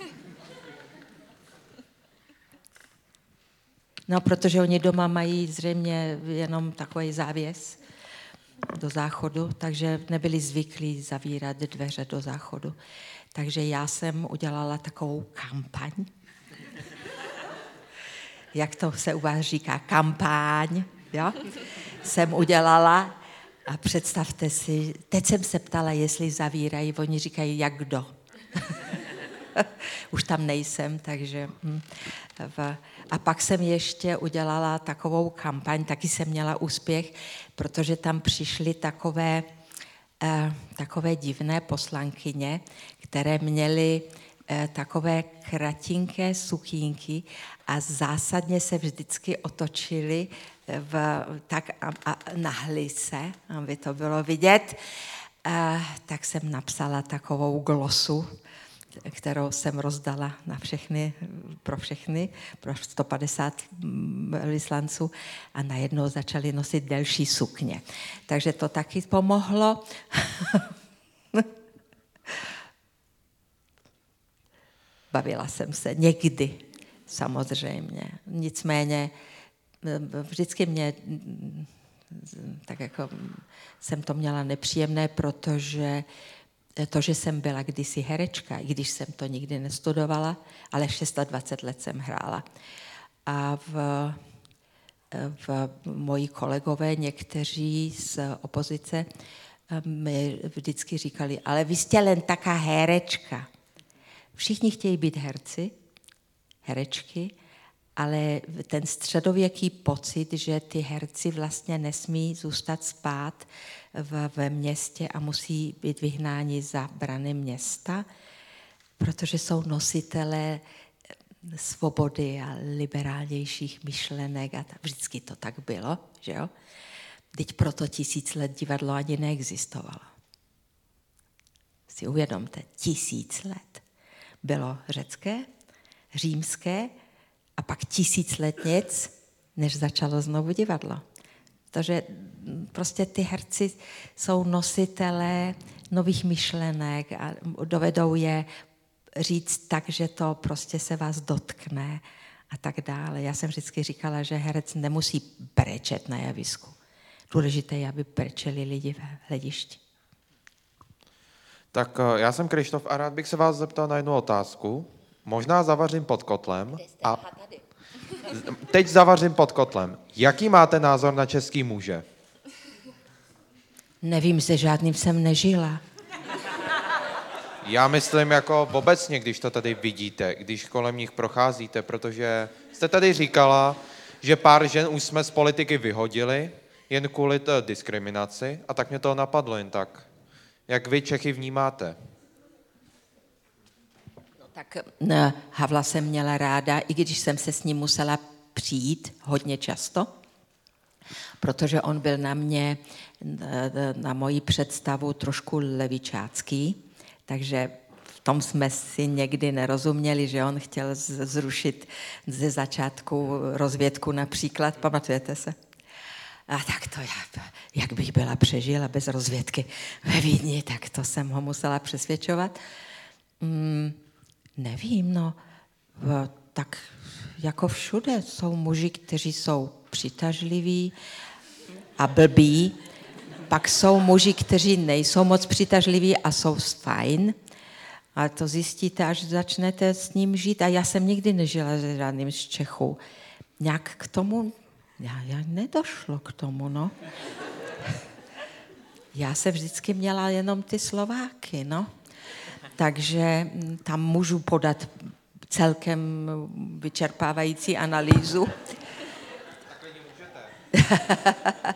No, protože oni doma mají zřejmě jenom takový závěs do záchodu, takže nebyli zvyklí zavírat dveře do záchodu. Takže já jsem udělala takovou kampaň. Jak to se u vás říká? Kampaň, jo? Jsem udělala a představte si, teď jsem se ptala, jestli zavírají, oni říkají, jak kdo. Už tam nejsem, takže... A pak jsem ještě udělala takovou kampaň, taky jsem měla úspěch, protože tam přišly takové divné poslankyně, které měly takové kratinké sukínky a zásadně se vždycky otočily tak a nahly se, aby to bylo vidět. Tak jsem napsala takovou glosu, kterou jsem rozdala pro 150 vyslanců a najednou začali nosit delší sukně. Takže to taky pomohlo. Bavila jsem se někdy, samozřejmě. Nicméně vždycky mě, tak jako jsem to měla nepříjemné, protože to, že jsem byla kdysi herečka, i když jsem to nikdy nestudovala, ale 26 let jsem hrála. A moji kolegové, někteří z opozice, mi vždycky říkali, ale vy jste len taká herečka. Všichni chtějí být herci, herečky, ale ten středověký pocit, že ty herci vlastně nesmí zůstat spát ve městě a musí být vyhnáni za brany města, protože jsou nositelé svobody a liberálnějších myšlenek a vždycky to tak bylo, že jo? Vždyť proto 1000 let divadlo ani neexistovalo. Si uvědomte, 1000 let. Bylo řecké, římské a pak 1000 let nic, než začalo znovu divadlo. Protože prostě ty herci jsou nositelé nových myšlenek a dovedou je říct tak, že to prostě se vás dotkne a tak dále. Já jsem vždycky říkala, že herec nemusí brečet na javisku. Důležité je, aby brečeli lidi v hledišti. Tak já jsem Krištof a rád bych se vás zeptal na jednu otázku. Možná zavařím pod kotlem. A teď zavařím pod kotlem. Jaký máte názor na český muže? Nevím, se žádným jsem nežila. Já myslím jako obecně, když to tady vidíte, když kolem nich procházíte, protože jste tady říkala, že pár žen už jsme z politiky vyhodili, jen kvůli té diskriminaci, a tak mě to napadlo jen tak. Jak vy Čechy vnímáte? Tak Havla jsem měla ráda, i když jsem se s ním musela přijít hodně často, protože on byl na mě, na moji představu trošku levičácký, takže v tom jsme si někdy nerozuměli, že on chtěl zrušit ze začátku rozvědku například, pamatujete se? A tak to jak bych byla přežila bez rozvědky ve Vídni, tak to jsem ho musela přesvědčovat. Nevím, no, tak jako všude jsou muži, kteří jsou přitažliví a blbí, pak jsou muži, kteří nejsou moc přitažliví a jsou fajn. A to zjistíte, až začnete s ním žít. A já jsem nikdy nežila s žádným z Čechů. Nějak k tomu, já nedošlo k tomu, no. Já jsem vždycky měla jenom ty Slováky, no. Takže tam můžu podat celkem vyčerpávající analýzu. Takhle můžete.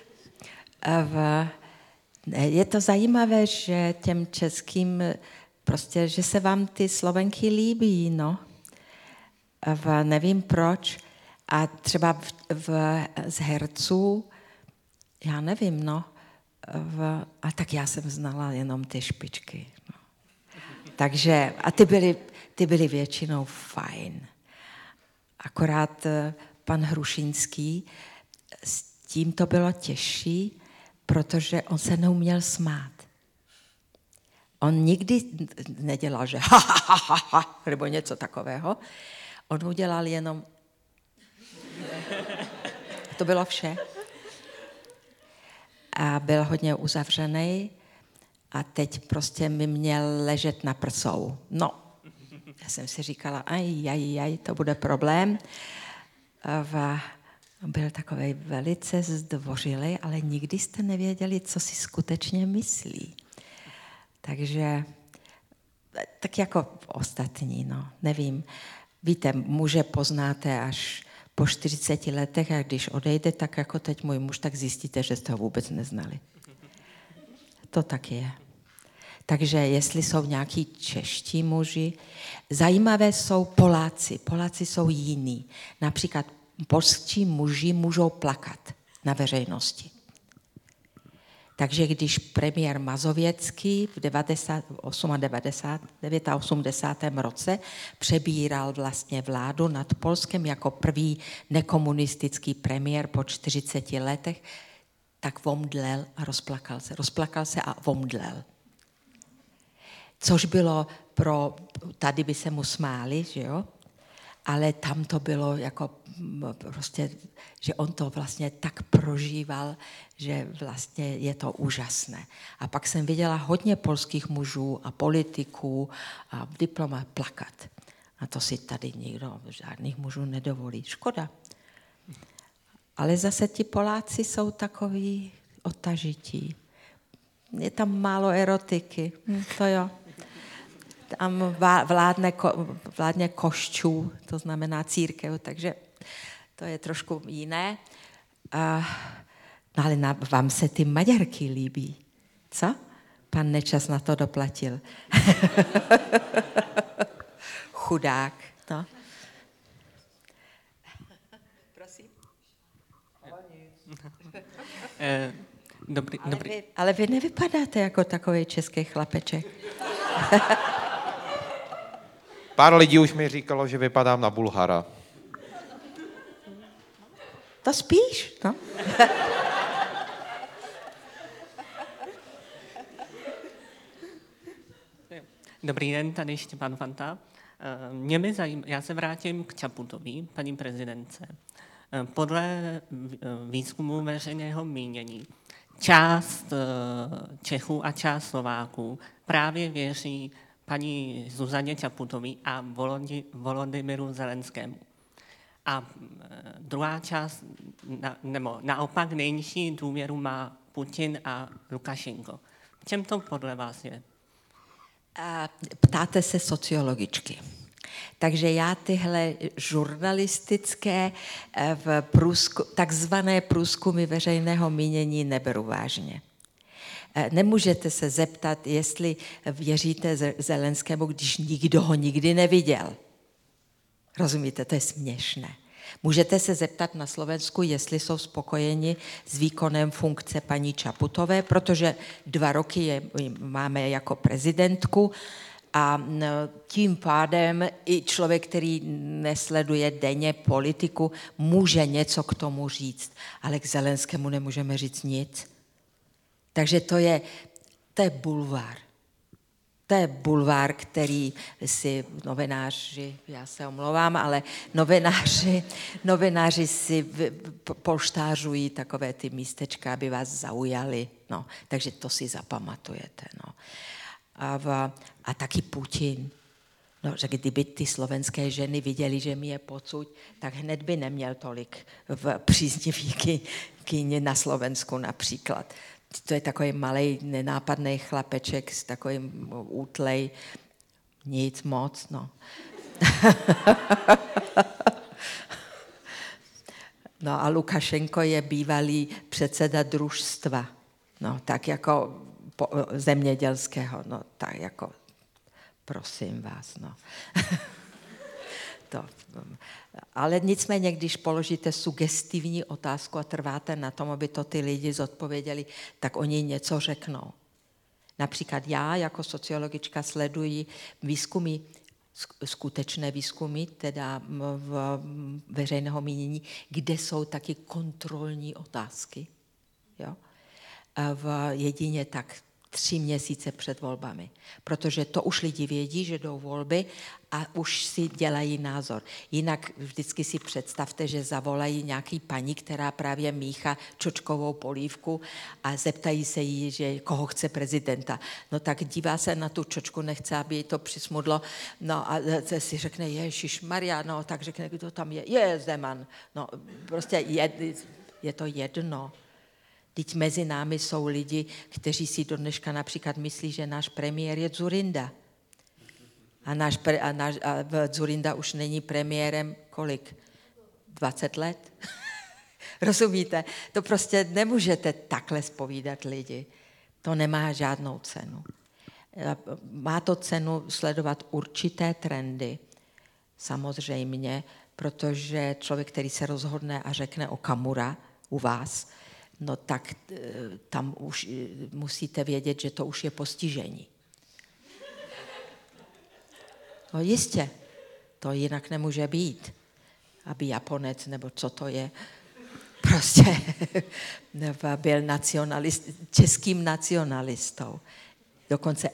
Je to zajímavé, že těm českým, prostě, že se vám ty Slovenky líbí, no. Nevím proč. A třeba z herců, já nevím, no. A tak já jsem znala jenom ty špičky, no. Takže, a ty byly většinou fajn. Akorát pan Hrušínský, s tím to bylo těžší, protože on se neuměl smát. On nikdy nedělal, že ha, ha, ha, ha, ha, nebo něco takového. On udělal jenom... To bylo vše. A byl hodně uzavřený a teď prostě mi měl ležet na prsou. No, já jsem si říkala, aj, to bude problém. Byl takovej velice zdvořilý, ale nikdy jste nevěděli, co si skutečně myslí. Takže, tak jako ostatní, no, nevím. Víte, muže poznáte až po 40 letech a když odejde, tak jako teď můj muž, tak zjistíte, že jste ho vůbec neznali. To tak je. Takže jestli jsou nějaký čeští muži, zajímavé jsou Poláci. Poláci jsou jiní. Například polští muži můžou plakat na veřejnosti. Takže když premiér Mazověcký v 80. roce přebíral vlastně vládu nad Polskem jako první nekomunistický premiér po 40 letech, tak omdlel a rozplakal se. Rozplakal se a omdlel. Což bylo tady by se mu smáli, že jo? Ale tam to bylo jako prostě, že on to vlastně tak prožíval, že vlastně je to úžasné. A pak jsem viděla hodně polských mužů a politiků a diplomatů plakat. A to si tady nikdo, žádných mužů nedovolí. Škoda. Ale zase ti Poláci jsou takový odtažití. Je tam málo erotiky. To jo. Tam vládne koščů, to znamená církev, takže to je trošku jiné. No ale vám se ty Maďarky líbí, co? Pan Nečas na to doplatil. Chudák, no. Prosím. Dobrý. Ale vy nevypadáte jako takový český chlapeček. Pár lidí už mi říkalo, že vypadám na Bulhara. To spíš, no? Dobrý den, tady Štěpán Fanta. Já se vrátím k Čaputovi, paní prezidentce. Podle výzkumu veřejného mínění část Čechů a část Slováků právě věří paní Zuzaně Čaputové a Volodymyru Zelenskému. A druhá část, nebo naopak nejnižší důvěru má Putin a Lukašenko. V čem to podle vás je? Ptáte se sociologičky. Takže já tyhle žurnalistické takzvané průzkumy veřejného mínění neberu vážně. Nemůžete se zeptat, jestli věříte Zelenskému, když nikdo ho nikdy neviděl. Rozumíte, to je směšné. Můžete se zeptat na Slovensku, jestli jsou spokojeni s výkonem funkce paní Čaputové, protože 2 roky máme jako prezidentku a tím pádem i člověk, který nesleduje denně politiku, může něco k tomu říct, ale k Zelenskému nemůžeme říct nic. Takže to je bulvár. To je bulvár, který si novináři, já se omlouvám, ale novináři si polštářují takové ty místečka, aby vás zaujali. No, takže to si zapamatujete. No. A taky Putin. No, že kdyby ty slovenské ženy viděli, že mi je pocuť, tak hned by neměl tolik v příznivý kyně na Slovensku například. To je takový malej, nenápadný chlapeček s takovým útlej, nic moc, no. No a Lukašenko je bývalý předseda družstva, no tak jako zemědělského, no tak jako, prosím vás, no. Ale nicméně, když položíte sugestivní otázku a trváte na tom, aby to ty lidi zodpověděli, tak oni něco řeknou. Například já jako sociologička sleduji výzkumy, skutečné výzkumy, teda v veřejného mínění, kde jsou taky kontrolní otázky. Jo? Jedině tak 3 měsíce před volbami, protože to už lidi vědí, že jdou volby a už si dělají názor. Jinak vždycky si představte, že zavolají nějaký paní, která právě míchá čočkovou polívku a zeptají se jí, že koho chce prezidenta. No tak dívá se na tu čočku, nechce, aby jí to přismudlo, no a si řekne, ježišmarja, no tak řekne, kdo tam je, Zeman. No prostě je to jedno. Teď mezi námi jsou lidi, kteří si do dneška například myslí, že náš premiér je Dzurinda. A Dzurinda už není premiérem kolik? 20 let? Rozumíte? To prostě nemůžete takhle zpovídat lidi. To nemá žádnou cenu. Má to cenu sledovat určité trendy, samozřejmě, protože člověk, který se rozhodne a řekne Okamura u vás, no tak tam už musíte vědět, že to už je postižení. No jistě, to jinak nemůže být, aby Japonec, nebo co to je, prostě byl českým nacionalistou. Dokonce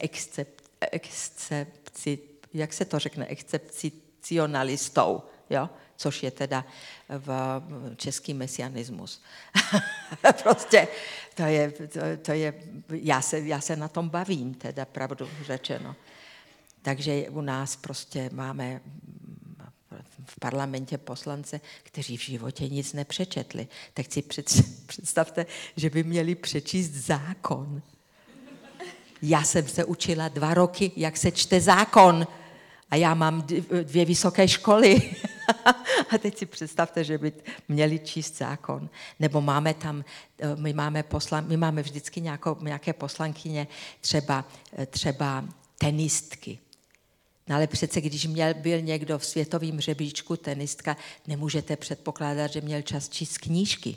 jak se to řekne, excepcionalistou, jo? Což je teda v český mesianismus. Prostě to je já se na tom bavím, teda pravdu řečeno. Takže u nás prostě máme v parlamentě poslance, kteří v životě nic nepřečetli. Tak si představte, že by měli přečíst zákon. Já jsem se učila 2 roky, jak se čte zákon. A já mám 2 vysoké školy. A teď si představte, že by měli číst zákon. Nebo máme tam, my máme vždycky nějaké poslankyně, třeba tenistky. No ale přece, když byl někdo v světovém žebříčku tenistka, nemůžete předpokládat, že měl čas číst knížky.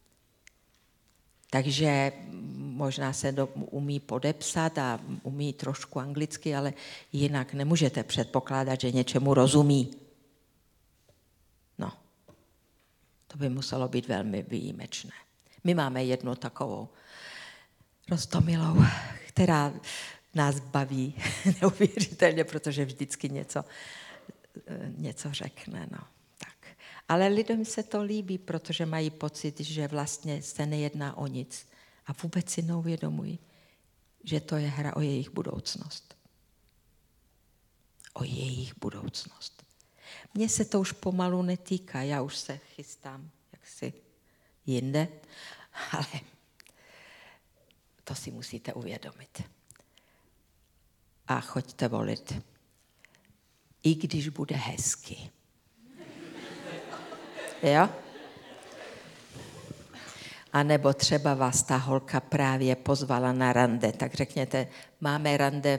Takže možná se umí podepsat a umí trošku anglicky, ale jinak nemůžete předpokládat, že něčemu rozumí. No, to by muselo být velmi výjimečné. My máme jednu takovou Roztomilou, která nás baví neuvěřitelně, protože vždycky něco řekne. No. Tak. Ale lidem se to líbí, protože mají pocit, že vlastně se nejedná o nic. A vůbec si neuvědomují, že to je hra o jejich budoucnost. O jejich budoucnost. Mně se to už pomalu netýká, já už se chystám jaksi jinde, ale to si musíte uvědomit. A choďte volit. I když bude hezky. Jo? A nebo třeba vás ta holka právě pozvala na rande, tak řekněte, máme rande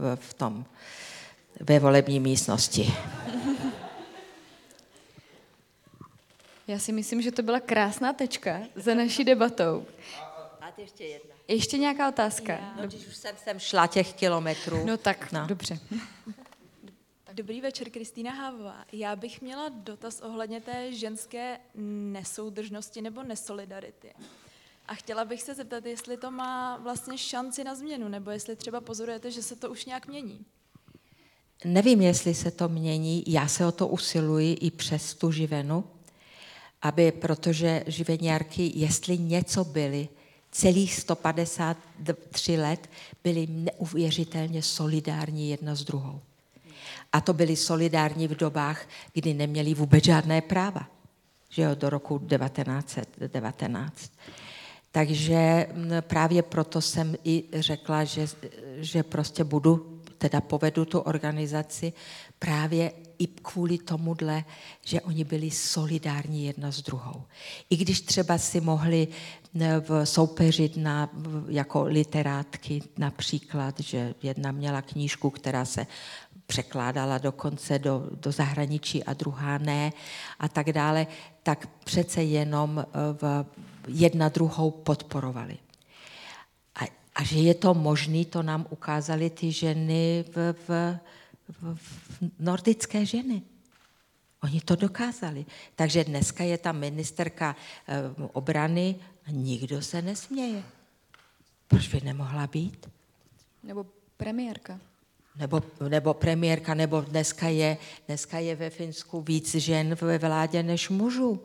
ve volební místnosti. Já si myslím, že to byla krásná tečka za naší debatou. A ještě jedna. Ještě nějaká otázka? No, když už jsem sem šla těch kilometrů. No tak, dobře. Dobrý večer, Kristýna Hávová. Já bych měla dotaz ohledně té ženské nesoudržnosti nebo nesolidarity. A chtěla bych se zeptat, jestli to má vlastně šanci na změnu, nebo jestli třeba pozorujete, že se to už nějak mění. Nevím, jestli se to mění, já se o to usiluji i přes tu živenu, protože živeniárky, jestli něco byly, celých 153 let byly neuvěřitelně solidární jedna s druhou. A to byli solidární v dobách, kdy neměli vůbec žádné práva, že jo, do roku 1919. Takže právě proto jsem i řekla, že prostě povedu tu organizaci právě i kvůli tomuhle, že oni byli solidární jedna s druhou. I když třeba si mohli soupeřit jako literátky například, že jedna měla knížku, která se překládala dokonce do zahraničí a druhá ne a tak dále, tak přece jenom jedna druhou podporovali. A že je to možné, to nám ukázaly ty ženy v nordické ženy. Oni to dokázali. Takže dneska je ta ministerka obrany a nikdo se nesměje. Proč by nemohla být? Nebo premiérka. Nebo premiérka, nebo dneska je ve Finsku víc žen ve vládě než mužů.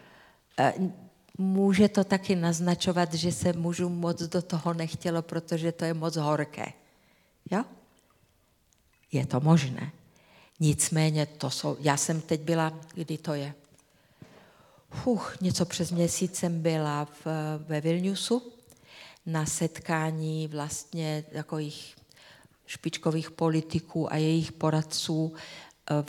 Může to taky naznačovat, že se mužům moc do toho nechtělo, protože to je moc horké. Jo? Je to možné. Nicméně já jsem teď byla, kdy to je? Něco přes měsíc jsem byla ve Vilniusu na setkání vlastně takových špičkových politiků a jejich poradců v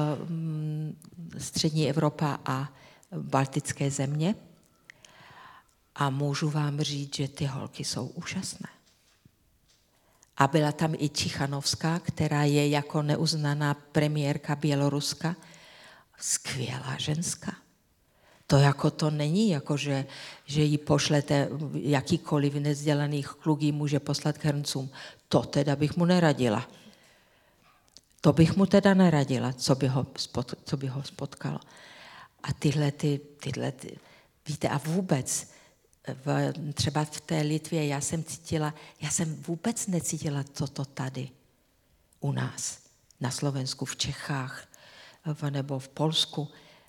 střední Evropa a baltické země. A můžu vám říct, že ty holky jsou úžasné. A byla tam i Čichanovská, která je jako neuznaná premiérka Běloruska. Skvělá ženská. To jako to není, jako že jí pošlete jakýkoliv nevzdělaný kluk jí může poslat k hrncům. To teda bych mu neradila. To bych mu teda neradila, co by ho spotkalo. A tyhle, víte, a vůbec, třeba v té Litvě já jsem vůbec necítila toto tady u nás, na Slovensku, v Čechách, nebo v Polsku,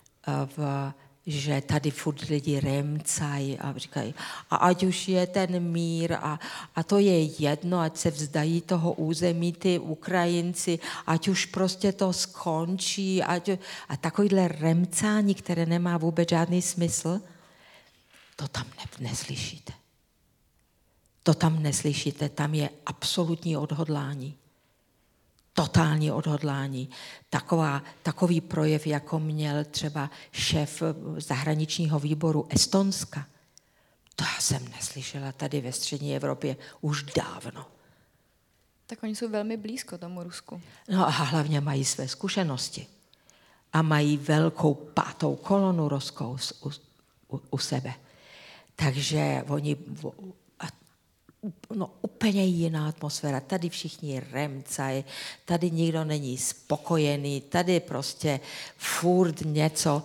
že tady furt lidi remcají a říkají, a ať už je ten mír a to je jedno, ať se vzdají toho území ty Ukrajinci, ať už prostě to skončí a takovýhle remcání, které nemá vůbec žádný smysl, to tam neslyšíte. To tam neslyšíte, tam je absolutní odhodlání. Totální odhodlání. Takový projev, jako měl třeba šéf zahraničního výboru Estonska. To já jsem neslyšela tady ve střední Evropě už dávno. Tak oni jsou velmi blízko tomu Rusku. No a hlavně mají své zkušenosti. A mají velkou pátou kolonu ruskou u sebe. Takže oni... No, úplně jiná atmosféra. Tady všichni remcají, tady nikdo není spokojený, tady prostě furt něco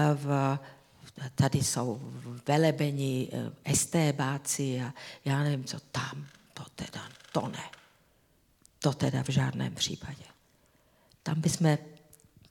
tady jsou velebení estébáci a já nevím, co tam, to ne. To teda v žádném případě. Tam bychom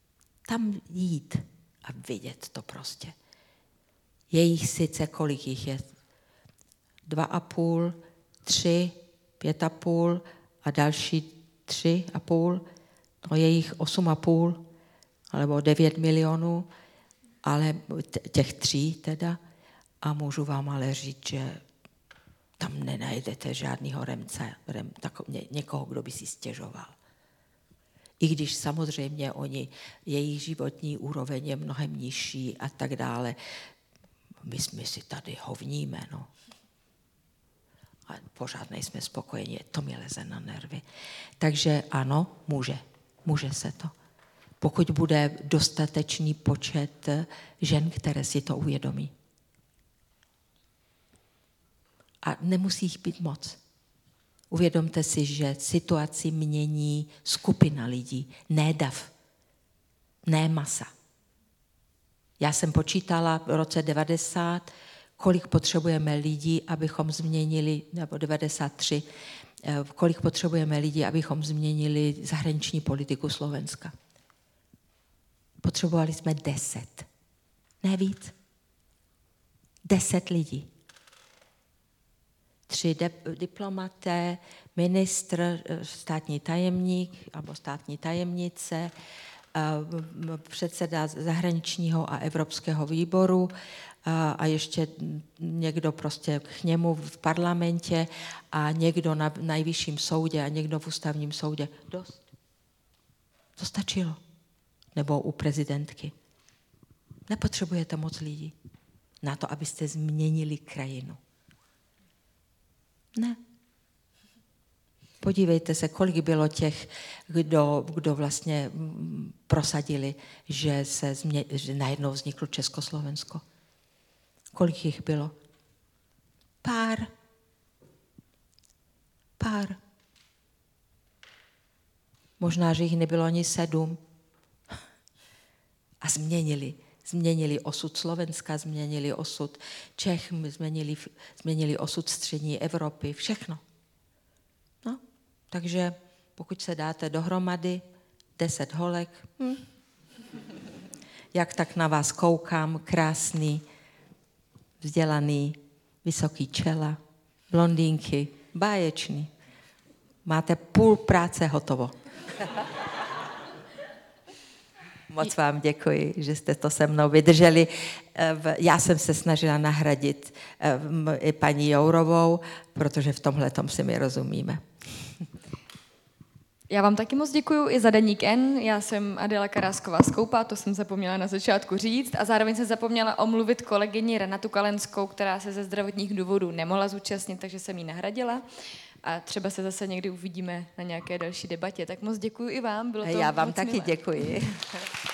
tam jít a vidět to prostě. Je jich sice, kolik jich je? 2,5, 3, 5,5 a další 3,5, no je jich 8,5 alebo 9 milionů, ale těch 3 teda. A můžu vám ale říct, že tam nenajdete žádného někoho, kdo by si stěžoval. I když samozřejmě jejich životní úroveň je mnohem nižší a tak dále. My si tady hovníme, no. A pořád nejsme spokojeni, to mi leze na nervy. Takže ano, může se to. Pokud bude dostatečný počet žen, které si to uvědomí. A nemusí jich být moc. Uvědomte si, že situaci mění skupina lidí, ne dav, ne masa. Já jsem počítala v roce 90, kolik potřebujeme lidí, abychom změnili, nebo 93, kolik potřebujeme lidí, abychom změnili zahraniční politiku Slovenska. Potřebovali jsme 10, ne víc. 10 lidí. 3 diplomaté, ministr, státní tajemník nebo státní tajemnice, předseda zahraničního a evropského výboru a ještě někdo prostě k němu v parlamentě a někdo na nejvyšším soudě a někdo v ústavním soudě. Dost. To stačilo. Nebo u prezidentky. Nepotřebujete moc lidí na to, abyste změnili krajinu. Ne. Podívejte se, kolik bylo těch, kdo vlastně prosadili, že najednou vzniklo Československo. Kolik jich bylo? Pár. Možná, že jich nebylo ani 7. A změnili osud Slovenska, změnili osud Čech, změnili osud střední Evropy, všechno. No, takže pokud se dáte dohromady, 10 holek, jak tak na vás koukám, krásný, vzdělaný, vysoký čela, blondýnky, báječný. Máte půl práce hotovo. Moc vám děkuji, že jste to se mnou vydrželi. Já jsem se snažila nahradit paní Jourovou, protože v tomhletom si my rozumíme. Já vám taky moc děkuju i za Deník N. Já jsem Adela Karásková z Koupa, to jsem zapomněla na začátku říct. A zároveň jsem zapomněla omluvit kolegyni Renatu Kalenskou, která se ze zdravotních důvodů nemohla zúčastnit, takže jsem ji nahradila. A třeba se zase někdy uvidíme na nějaké další debatě. Tak moc děkuji i vám. Bylo to já vám moc taky milé. Děkuji.